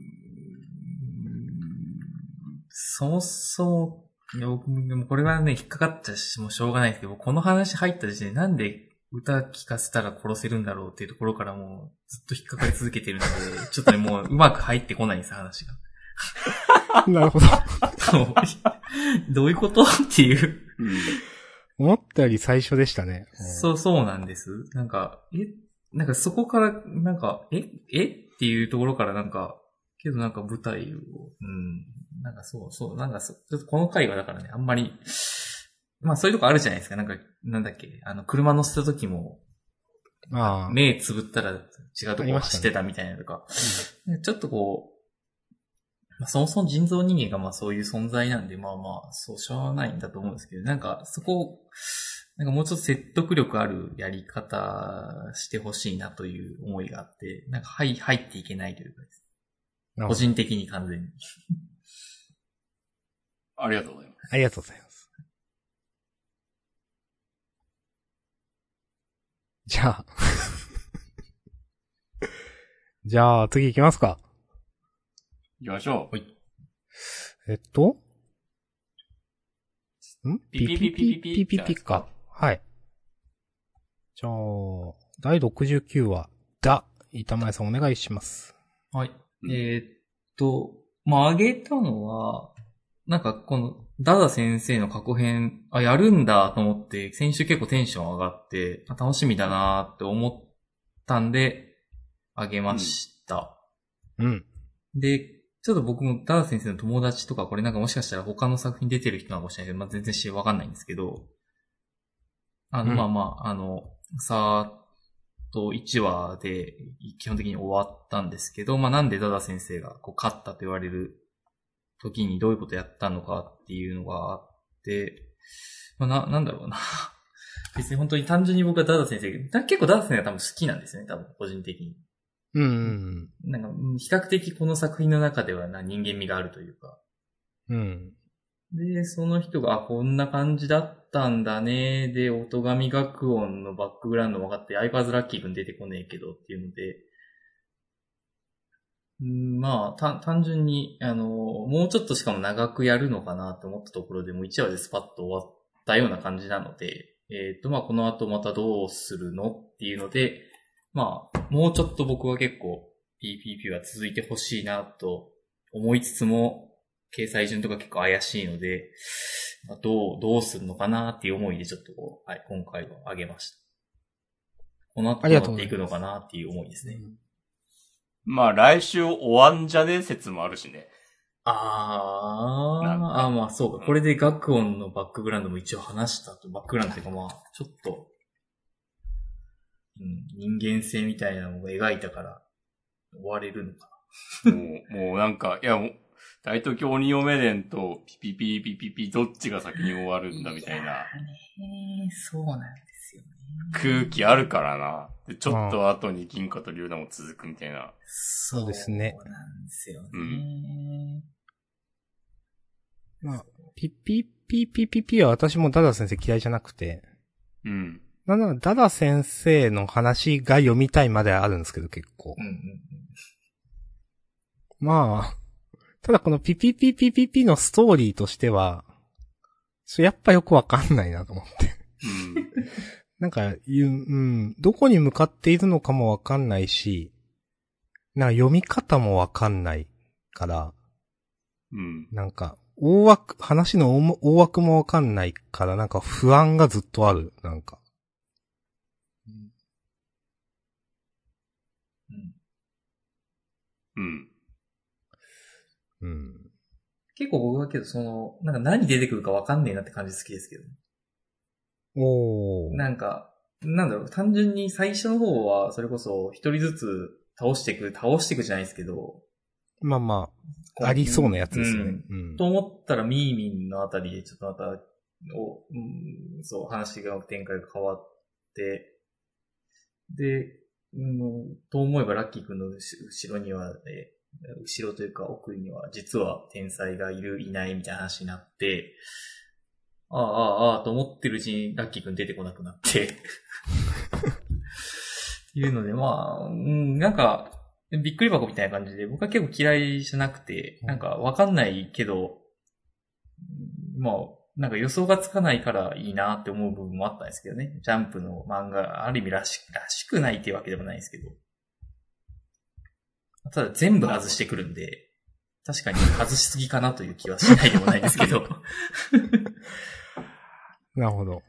そもそも、でもこれはね、引っかかったし、もうしょうがないですけど、この話入った時点でなんで歌聞かせたら殺せるんだろうっていうところからもうずっと引っかかり続けてるので、ちょっとね、もううまく入ってこないんです、話が。 なるほど。 どういうことっていう。 思ったより最初でしたね。 そうなんです。なんかそこから、なんか、っていうところからなんか、けどなんか舞台を、なんかそう、ちょっとこの回はだからね、あんまり、そういうとこあるじゃないですか。なんか、なんだっけ、車乗せた時も、目つぶったら違うとこ走ってたみたいなとか、ちょっとこう、そもそも人造人間がそういう存在なんで、そうしょうがないんだと思うんですけど、なんかそこ、なんかもうちょっと説得力あるやり方してほしいなという思いがあって、なんか入っていけないというかです。個人的に完全に。 ありがとうございます。 ありがとうございます。 じゃあ。じゃあ、次行きますか。 行きましょう。 ピピピピピピピか。はい。じゃあ、第69話、板前さんお願いします。 はい。あげたのは、なんかこの、ダダ先生の過去編、やるんだと思って、先週結構テンション上がって、楽しみだなって思ったんで、あげました。 うん。 で、ちょっと僕もダダ先生の友達とか、これなんかもしかしたら他の作品出てる人なのかもしれないけど、全然わかんないんですけど、さーっと1話で基本的に終わったんですけど、なんでダダ先生が勝ったと言われる時にどういうことやったのかっていうのがあって、なんだろうな。別に本当に単純に僕はダダ先生、結構ダダ先生が多分好きなんですよね、多分個人的に。なんか、比較的この作品の中では人間味があるというか。 うん。 で、その人が、こんな感じだったんだね。で、音神学音のバックグラウンド分かって、アイパーズラッキーくん出てこねえけどっていうので、単純に、もうちょっとしかも長くやるのかなと思ったところでも1話でスパッと終わったような感じなので、この後またどうするのっていうので、もうちょっと僕は結構 PPP は続いてほしいなと思いつつも、掲載順とか結構怪しいので、どうするのかなっていう思いでちょっと今回は上げました。この後どうなっていくのかなっていう思いですね。 来週終わんじゃねえ説もあるしね。 そうか。これで学音のバックグラウンドも一応話したと。バックグラウンドっていうかちょっと、人間性みたいなのを描いたから終われるのかな。もうなんか、いやもう、大東京鬼嫁伝とピピピピピピどっちが先に終わるんだみたいな。 そうなんですよね。 空気あるからな。で、ちょっと後に銀貨と龍奈も続くみたいな。 そうですね。 そうなんですよね。 ピピピピピピは私もダダ先生嫌いじゃなくて。 うん。 なんならダダ先生の話が読みたいまであるんですけど結構。ただこのピピピピピピのストーリーとしては、やっぱよくわかんないなと思って。なんか、どこに向かっているのかもわかんないし、なんか読み方もわかんないから、なんか、話の大枠もわかんないから、なんか不安がずっとある、なんか。 結構僕はけどなんか何出てくるかわかんねえなって感じ好きですけど。なんか、単純に最初の方は、それこそ一人ずつ倒していくじゃないですけど。 ありそうなやつですよね。 と思ったら、ミーミンのあたりでちょっとまた、話が展開が変わって、で、と思えばラッキーくんの後ろには、後ろというか奥には実は天才がいないみたいな話になって、と思ってるうちにラッキーくん出てこなくなっていうので、なんか、びっくり箱みたいな感じで、僕は結構嫌いじゃなくて、なんかわかんないけど、なんか予想がつかないからいいなって思う部分もあったんですけどね。ジャンプの漫画、ある意味らしくないっていうわけでもないですけど。ただ全部外してくるんで、確かに外しすぎかなという気はしないでもないですけど。 なるほど。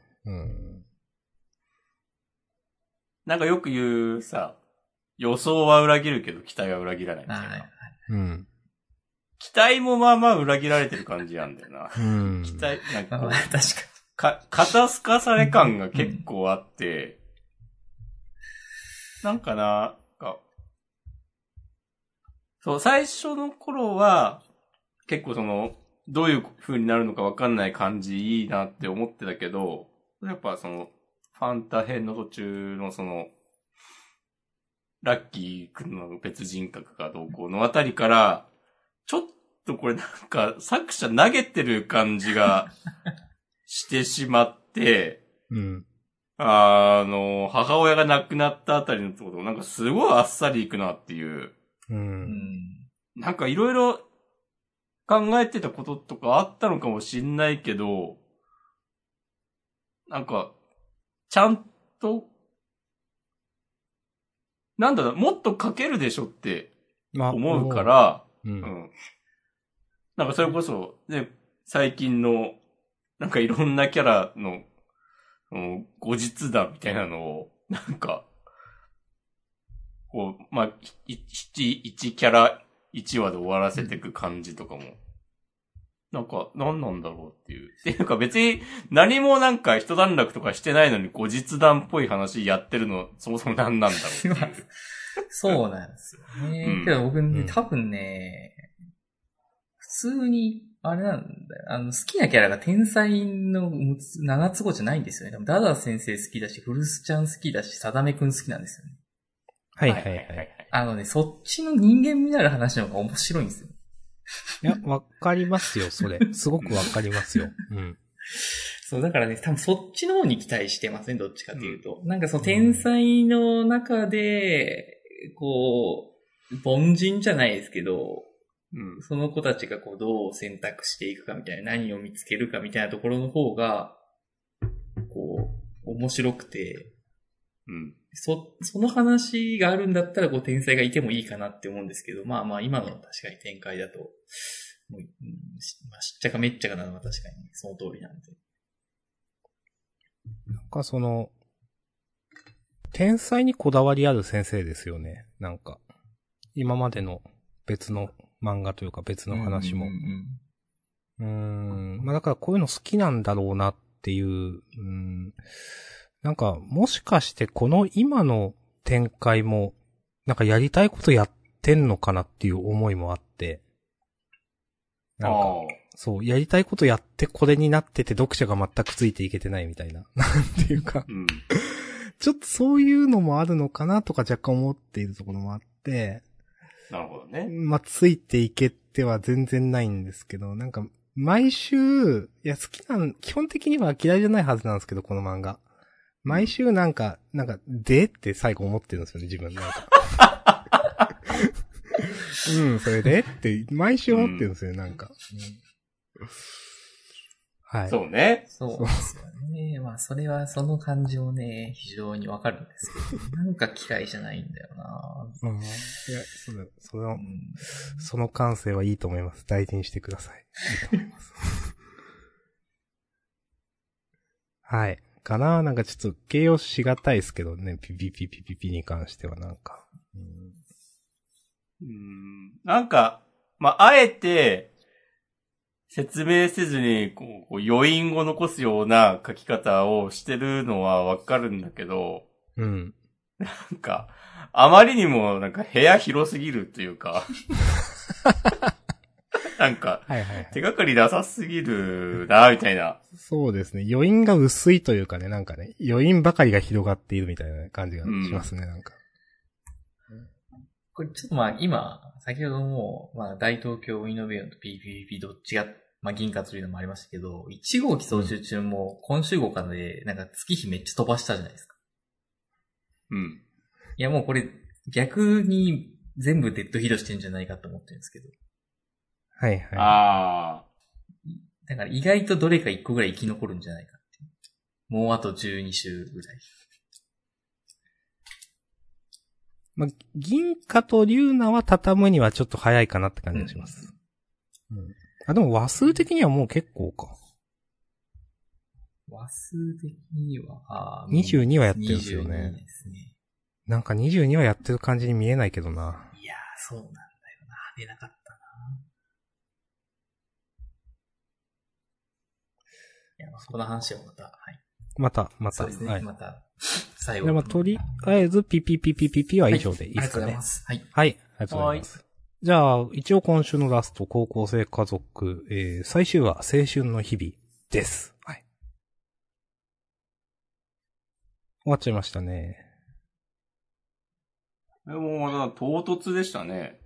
なんかよく言うさ、予想は裏切るけど期待は裏切らないみたいな。期待も裏切られてる感じなんだよな。期待、なんか確かに。 肩透かされ感が結構あって、そう、最初の頃は、結構どういう風になるのかわかんない感じいいなって思ってたけど、やっぱファンタ編の途中のラッキーくんの別人格がどうこうのあたりから、ちょっとこれなんか作者投げてる感じがしてしまって、 母親が亡くなったあたりのところ、なんかすごいあっさりいくなっていう。なんかいろいろ考えてたこととかあったのかもしんないけど、なんか、ちゃんと、なんだろう、もっと書けるでしょって思うから、なんかそれこそ、ね、最近の、なんかいろんなキャラの、後日談みたいなのを、なんか、こう、まあ、1キャラ1話で終わらせていく感じとかも、なんか、何なんだろうっていう。っていうか別に何もなんか一段落とかしてないのに後日談っぽい話やってるの、そもそも何なんだろうっていう。 そうなんですよね。けど僕ね、多分ね、普通に、あれなんだよ。好きなキャラが天才の7つ子じゃないんですよね。ダダ先生好きだし、フルスちゃん好きだし、サダメくん好きなんですよね。 はいはいはい。 そっちの人間味のある話の方が面白いんですよ。 いや、わかりますよ、それ。すごくわかりますよ。 そう、だからね、多分そっちの方に期待してますね、どっちかというと。なんかその天才の中で、こう、凡人じゃないですけど、その子たちがこうどう選択していくかみたいな、何を見つけるかみたいなところの方が、こう、面白くて、その話があるんだったら、こう、天才がいてもいいかなって思うんですけど、まあまあ、今の確かに展開だと、もうまあ、しっちゃかめっちゃかなのは確かにその通りなんで。 なんか天才にこだわりある先生ですよね。なんか、今までの別の漫画というか別の話も。まあだからこういうの好きなんだろうなっていう、なんか、もしかしてこの今の展開も、なんかやりたいことやってんのかなっていう思いもあって、なんか、そう、やりたいことやってこれになってて読者が全くついていけてないみたいな、なんていうか、ちょっとそういうのもあるのかなとか若干思っているところもあって、 なるほどね。 まあ、ついていけては全然ないんですけど、なんか、毎週、いや、基本的には嫌いじゃないはずなんですけど、この漫画。毎週なんか、でって最後思ってるんですよね、自分なんか。それでって、毎週思ってるんですよ、なんか。はい。 そうね。 そうですよね。まあ、それは、その感情ね、非常にわかるんですけど、なんか嫌いじゃないんだよな。 いや、その感性はいいと思います。大事にしてください。いいと思います。はい。かななんかちょっと形容しがたいですけどね、ピに関してはなんか。 なんか、まあ、あえて、説明せずに、こう余韻を残すような書き方をしてるのはわかるんだけど、なんか、あまりにもなんか部屋広すぎるというか、なんか、手がかりなさすぎるな、みたいな。 そうですね。余韻が薄いというかね、なんかね、余韻ばかりが広がっているみたいな感じがしますね、なんか。 これちょっとまあ今、先ほども、まあ大東京イノベーションと PPP どっちが、まあ銀貨というのもありましたけど、1号機操縦中も今週号からで、なんか月日めっちゃ飛ばしたじゃないですか。いやもうこれ逆に全部デッドヒートしてんじゃないかと思ってるんですけど。 はいはい。 だから意外とどれか1個ぐらい生き残るんじゃないかっていう。もうあと12週ぐらい。 まあ、銀貨と龍ナは畳むにはちょっと早いかなって感じがします。あ、でも話数的にはもう結構か。 話数的には、 22はやってるんですよね。22ですね。なんか22はやってる感じに見えないけどな。 いやー、そうなんだよな。出なかったな。いや、この話はまた、はい。 また。 そうですね、はい、また、最後。 でもとりあえず、ピは以上でいいですかね。 はい、ありがとうございます。はい。 はい、ありがとうございます。じゃあ、一応今週のラスト、高校生家族、最終話、青春の日々です。はい。終わっちゃいましたね。 でも、まだ唐突でしたね。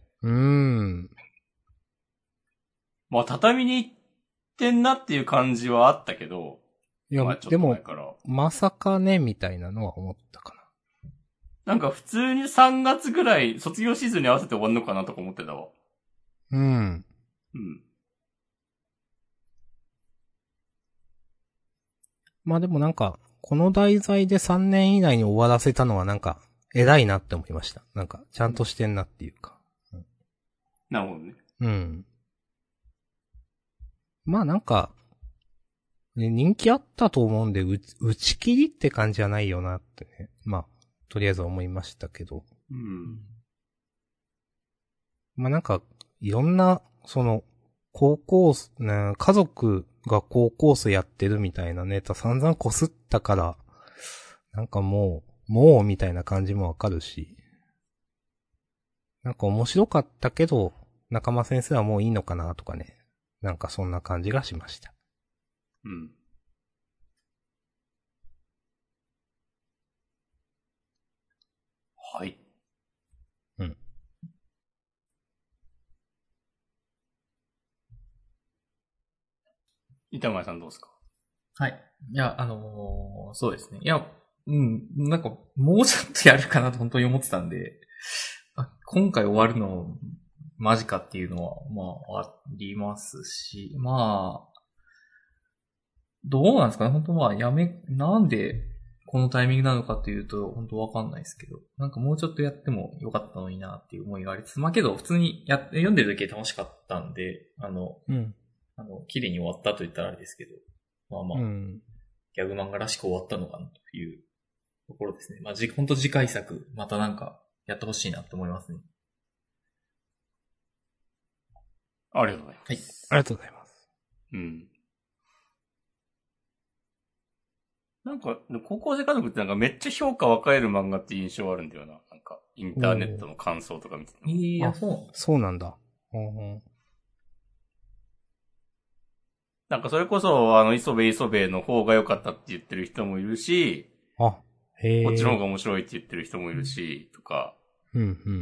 まあ、畳に行ってんなっていう感じはあったけど。 いや、 まあちょっでもと前、から。 まさかね、みたいなのは思ったかなんか普通に3月ぐらい卒業シーズンに合わせて終わるのかなとか思ってたわ。 な。うん。 うん。 まあでもなんか、この題材で3年以内に終わらせたのはなんか、偉いなって思いました。なんか、ちゃんとしてんなっていうか。 なるほどね。 うん。まあなんか、ね、人気あったと思うんで、打ち切りって感じじゃないよなってね。まあ、とりあえず思いましたけど。 うん。 まあなんか、いろんな、その、ね、家族が高校生やってるみたいなネタ散々こすったから、なんかもうみたいな感じもわかるし。なんか面白かったけど、仲間先生はもういいのかなとかね。なんかそんな感じがしました。 うん。はい。 うん。 板前さんどうですか？ はい。いや、そうですね。いや、なんか、もうちょっとやるかなと本当に思ってたんで、今回終わるの、マジかっていうのは、まあ、ありますし、まあ、どうなんですかね本当まあ、なんで、このタイミングなのかっていうと、本当わかんないですけど、なんかもうちょっとやってもよかったのになっていう思いがありつつ、まあけど、普通に読んでる時楽しかったんで、 うん。 綺麗に終わったと言ったらあれですけど、まあまあ、 うん。 ギャグ漫画らしく終わったのかなというところですね。まあ、ほんと次回作、またなんか、やってほしいなって思いますね。 ありがとうございます。 はい。 ありがとうございます。 うん。なんか、高校生家族ってなんかめっちゃ評価分かれる漫画って印象あるんだよな。なんか、インターネットの感想とか見てても。 いや、 そうなんだ。うんうん。 なんかそれこそ、磯部の方が良かったって言ってる人もいるし、 あ、へえ。 こっちの方が面白いって言ってる人もいるし、とか。 うん、うん、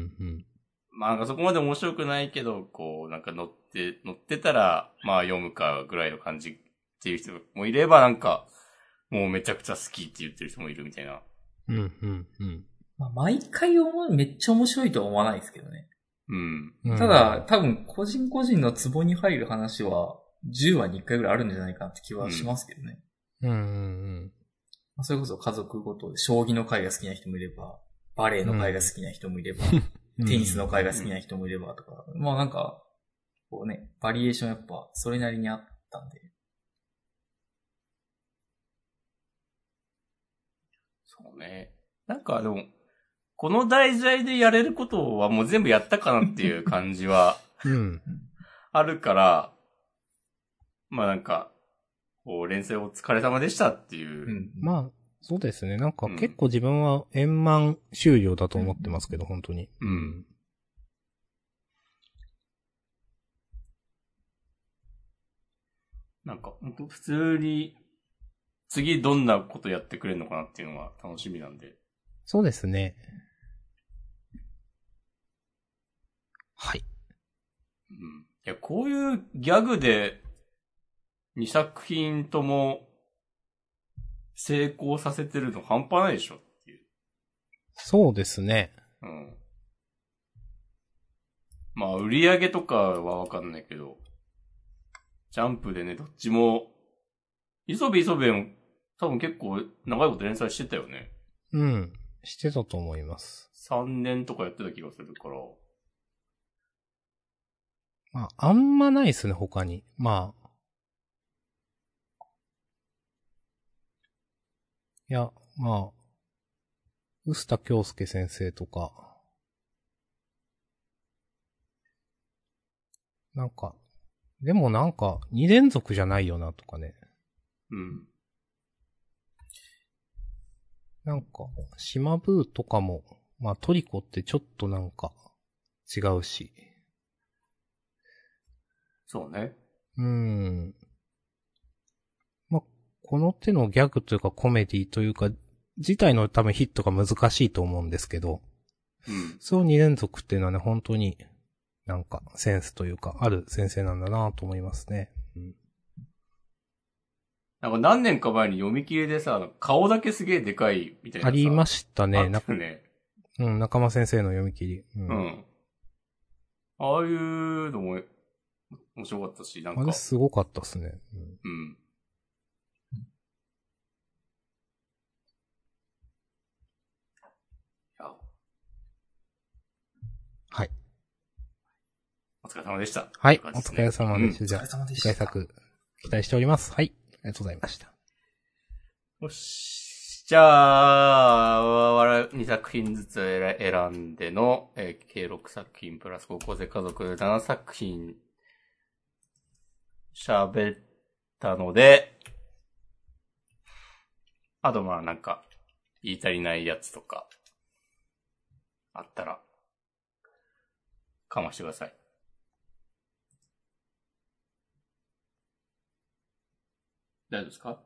うん。 まあなんかそこまで面白くないけど、こう、なんか乗ってたら、まあ読むかぐらいの感じっていう人もいれば、なんか、もうめちゃくちゃ好きって言ってる人もいるみたいな。 うん、うん、うん。 まあ、毎回めっちゃ面白いとは思わないですけどね。 うん。 ただ、多分、個人個人のツボに入る話は、10話に1回ぐらいあるんじゃないかなって気はしますけどね。 うん、うん、うん。 それこそ家族ごとで、将棋の会が好きな人もいれば、バレエの会が好きな人もいれば、テニスの会が好きな人もいればとか、まあなんか、こうね、バリエーションやっぱそれなりにあったんで。 そうね。なんかでも、この題材でやれることはもう全部やったかなっていう感じはうん。 あるから、まあなんか、こう連載お疲れ様でしたっていう。 まあ、そうですね。なんか結構自分は円満終了だと思ってますけど、本当に。 うん。なんか、本当普通に、次どんなことやってくれるのかなっていうのは楽しみなんで。 そうですね。はい。 うん。いや、こういうギャグで、2作品とも、成功させてるの半端ないでしょっていう。 そうですね。 うん。まあ、売り上げとかはわかんないけど、ジャンプでね、どっちも、磯部も多分結構長いこと連載してたよね。 うん。してたと思います。 3年とかやってた気がするから。 まあ、あんまないですね、他に。まあ。いや、まあ、臼田恭介先生とか、なんか、でもなんか、2連続じゃないよなとかね。 うん。 なんか、島ブーとかも、まあトリコってちょっとなんか、違うし。 そうね。 まあ、この手のギャグというかコメディというか、自体の多分ヒットが難しいと思うんですけど、 うん。 そう2連続っていうのはね、本当になんかセンスというか、ある先生なんだなと思いますね。うん。 なんか何年か前に読み切りでさ、顔だけすげえでかいみたいなさ。 ありましたね。 あったね。 うん、中間先生の読み切り。 うん。ああいうのも面白かったし、なんか。 あれすごかったっすね。 うん。 はい。 お疲れ様でした。 はい、お疲れ様でした。じゃあ、 お疲れ様でした。 次回作、期待しております。はい。ありがとうございました。 よし。じゃあ、2作品ずつ選んでの、計6作品プラス高校生家族7作品喋ったので、あとまあなんか、言い足りないやつとか、あったら、かましてください。大丈夫ですか？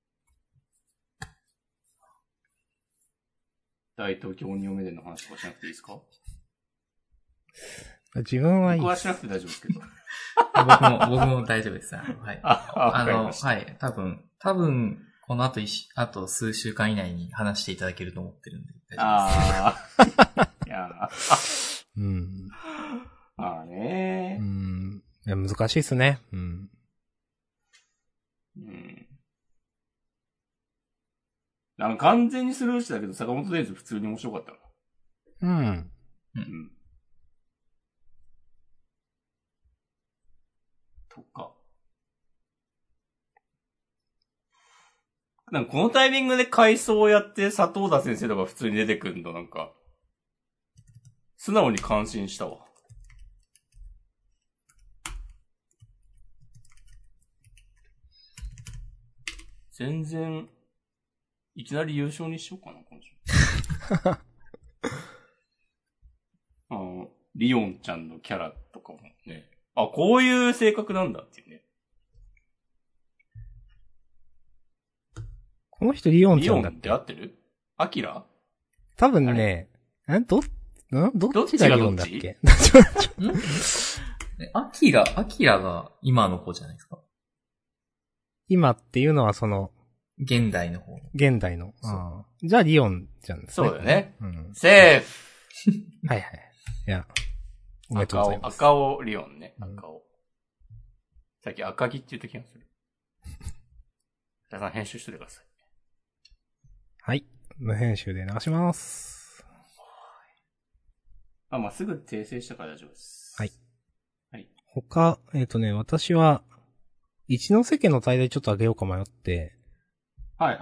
大東京鬼嫁伝の話とかしなくていいですか？ 自分はいい。 僕はしなくて大丈夫ですけど。 僕も大丈夫です。はい。はい。多分、この後あと数週間以内に話していただけると思ってるんで。 ああ。いやうん。 まあね。 いや、難しいっすね。 なんか完全にスルーしたけど、坂本デイズ普通に面白かったな。とか。なんかこのタイミングで回想をやって佐藤田先生とか普通に出てくるのなんか、素直に感心したわ。全然、いきなり優勝にしようかな、今週。リオンちゃんのキャラとかもね。あ、こういう性格なんだっていうね。 この人リオンちゃんだっけ？ リオンって合ってる？アキラ？ 多分ね、どっちがリオンだっけ？ アキラが今の子じゃないですか。 今っていうのはその、 現代の方。 現代の。じゃあリオンちゃんですね。 そうだよね。 セーフはいはい。いや、おめでとうございます。 赤尾リオンね。赤尾。さっき赤木って言った気がする。皆さん編集しててください。 はい。無編集で流します。 まあ、すぐ訂正したから大丈夫です。 はい。 はい。 他、私は、一ノ瀬家の滞在ちょっと上げようか迷って。 はい。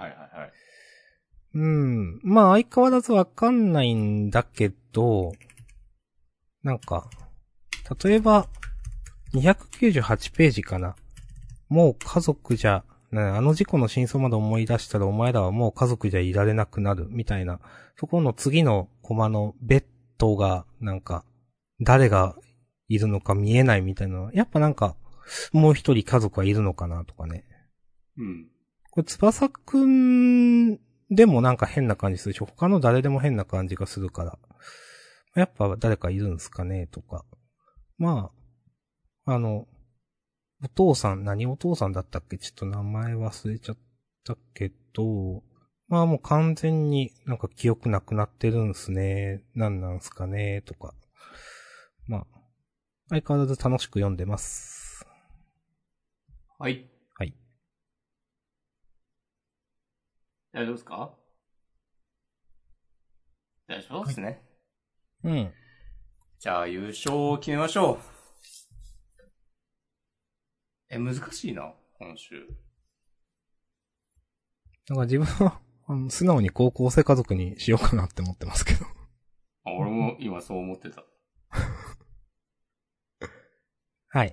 まあ相変わらずわかんないんだけど、なんか、例えば、298ページかな。もう家族じゃ、あの事故の真相まで思い出したらお前らはもう家族じゃいられなくなる、みたいな。そこの次のコマのベッドが、なんか、誰がいるのか見えないみたいな。やっぱなんか、もう一人家族はいるのかなとかね。これ、翼くんでもなんか変な感じするし、他の誰でも変な感じがするから。やっぱ誰かいるんすかねとか。まあ、お父さん、何お父さんだったっけ？ちょっと名前忘れちゃったけど、まあもう完全になんか記憶なくなってるんすね。何なんすかねとか。まあ、相変わらず楽しく読んでます。 はい。 はい。 大丈夫ですか？大丈夫ですね。じゃあ優勝を決めましょう。難しいな、今週。 なんか自分は、素直に高校生家族にしようかなって思ってますけど。 俺も今そう思ってた。 はい。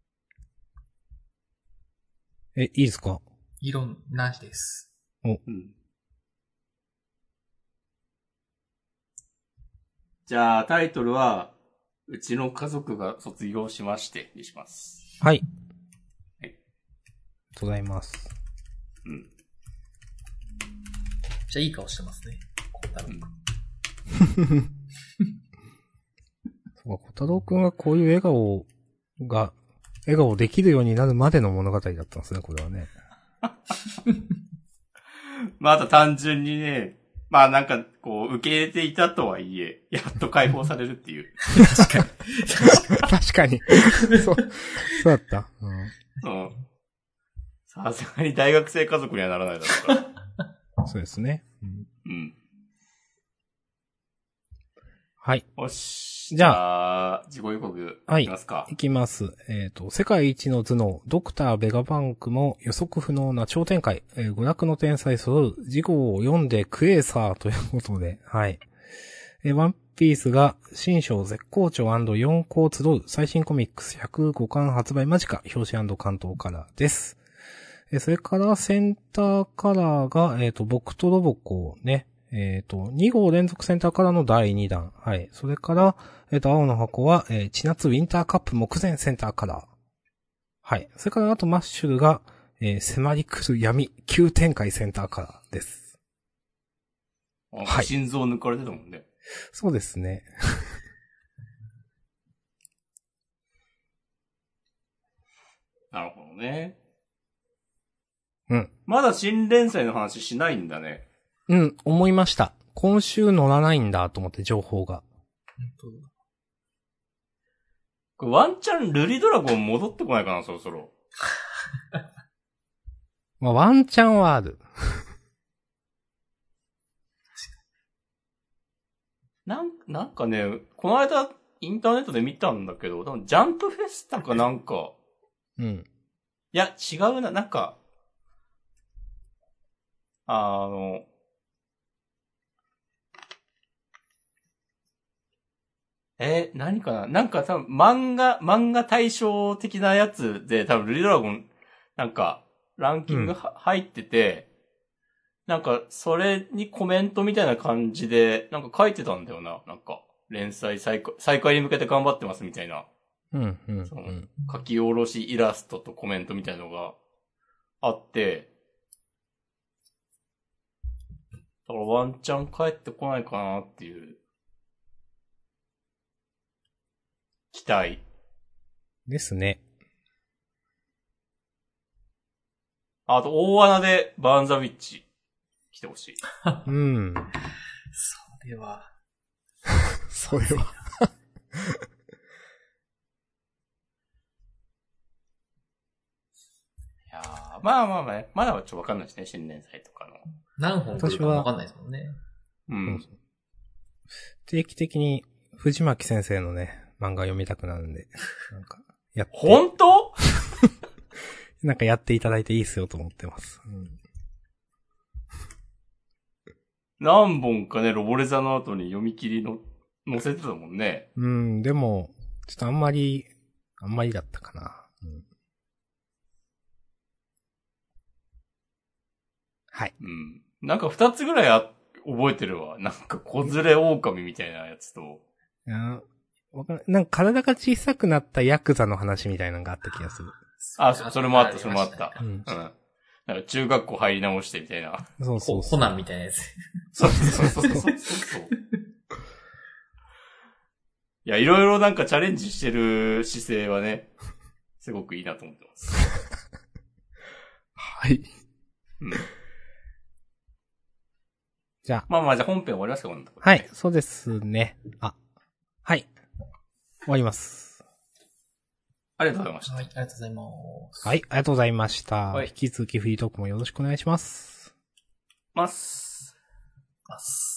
いいですか？ 異論なしです。 じゃあタイトルは、うちの家族が卒業しましてにします。 はい。ありがとうございます。 じゃあいい顔してますね。小太郎くん。 そうか、小太郎くんがこういう笑顔できるようになるまでの物語だったんですね、これはね。 まあ、あと単純にね、まあなんか、こう、受け入れていたとはいえ、やっと解放されるっていう。 確かに。 確かに。そうだった。うん。 さすがに大学生家族にはならないだろうから。 そうですね。 うん。 はい。 よし。 じゃあ、自己予告いきますか。 いきます。世界一の頭脳、ドクターベガバンクも予測不能な超展開、娯楽の天才揃う、事後を読んでクエーサーということで、はい。ワンピースが新章絶好調 &4 校集う最新コミックス105巻発売間近、表紙関東カラーです。それからセンターカラーが、僕とロボコね、2号連続センターカラーの第2弾。はい。それから、青の箱は、千夏ウィンターカップ目前センターカラー。はい。それからあとマッシュルが、迫り来る闇急展開センターカラーです。 はい。心臓抜かれてたもんね。 そうですね。 なるほどね。 うん。 まだ新連載の話しないんだね。 うん、思いました。今週乗らないんだと思って情報が。 これワンチャンルリドラゴン戻ってこないかな、そろそろ。 まあ、ワンチャンはある。 なんかね、この間インターネットで見たんだけど、多分ジャンプフェスタかなんか。 うん。 いや、違うな、なんか、何かななんか多分漫画対象的なやつで多分ルリドラゴン、なんか、ランキング入ってて、なんか、それにコメントみたいな感じで、なんか書いてたんだよな。なんか、連載再開に向けて頑張ってますみたいな。その書き下ろしイラストとコメントみたいなのがあって、だからワンチャン帰ってこないかなっていう。期待。 ですね。 あと、大穴でバーンザウィッチ来てほしい。 うん。 それは。 それは。 いやー、まあ、まだはちょっとわかんないですね、新年祭とかの。 何本来るかわかんないですもんね。 うん。 定期的に藤巻先生のね、漫画読みたくなるんで、なんか、 本当なんかやっていただいていいっすよと思ってます。うん、 何本かね、ロボレザの後に読み切りの載せてたもんね。 うん、でも、ちょっとあんまりだったかな。うん、はい。 うん。なんか2つぐらい覚えてるわ。なんか小連れ狼みたいなやつと。 なんか体が小さくなったヤクザの話みたいなのがあった気がする。 あ、それもあった、 うん。 なんか中学校入り直してみたいな。 そう。 コナンみたいなやつ。 そう。いや、いろいろなんかチャレンジしてる姿勢はね、すごくいいなと思ってます。 はい。 うん。 じゃあ。 まあじゃあ本編終わりますか、今度。 はい、そうですね。はい。終わります。 ありがとうございました。 はい、ありがとうございます。 はい、ありがとうございました。 はい。 引き続きフリートークもよろしくお願いします。 ます。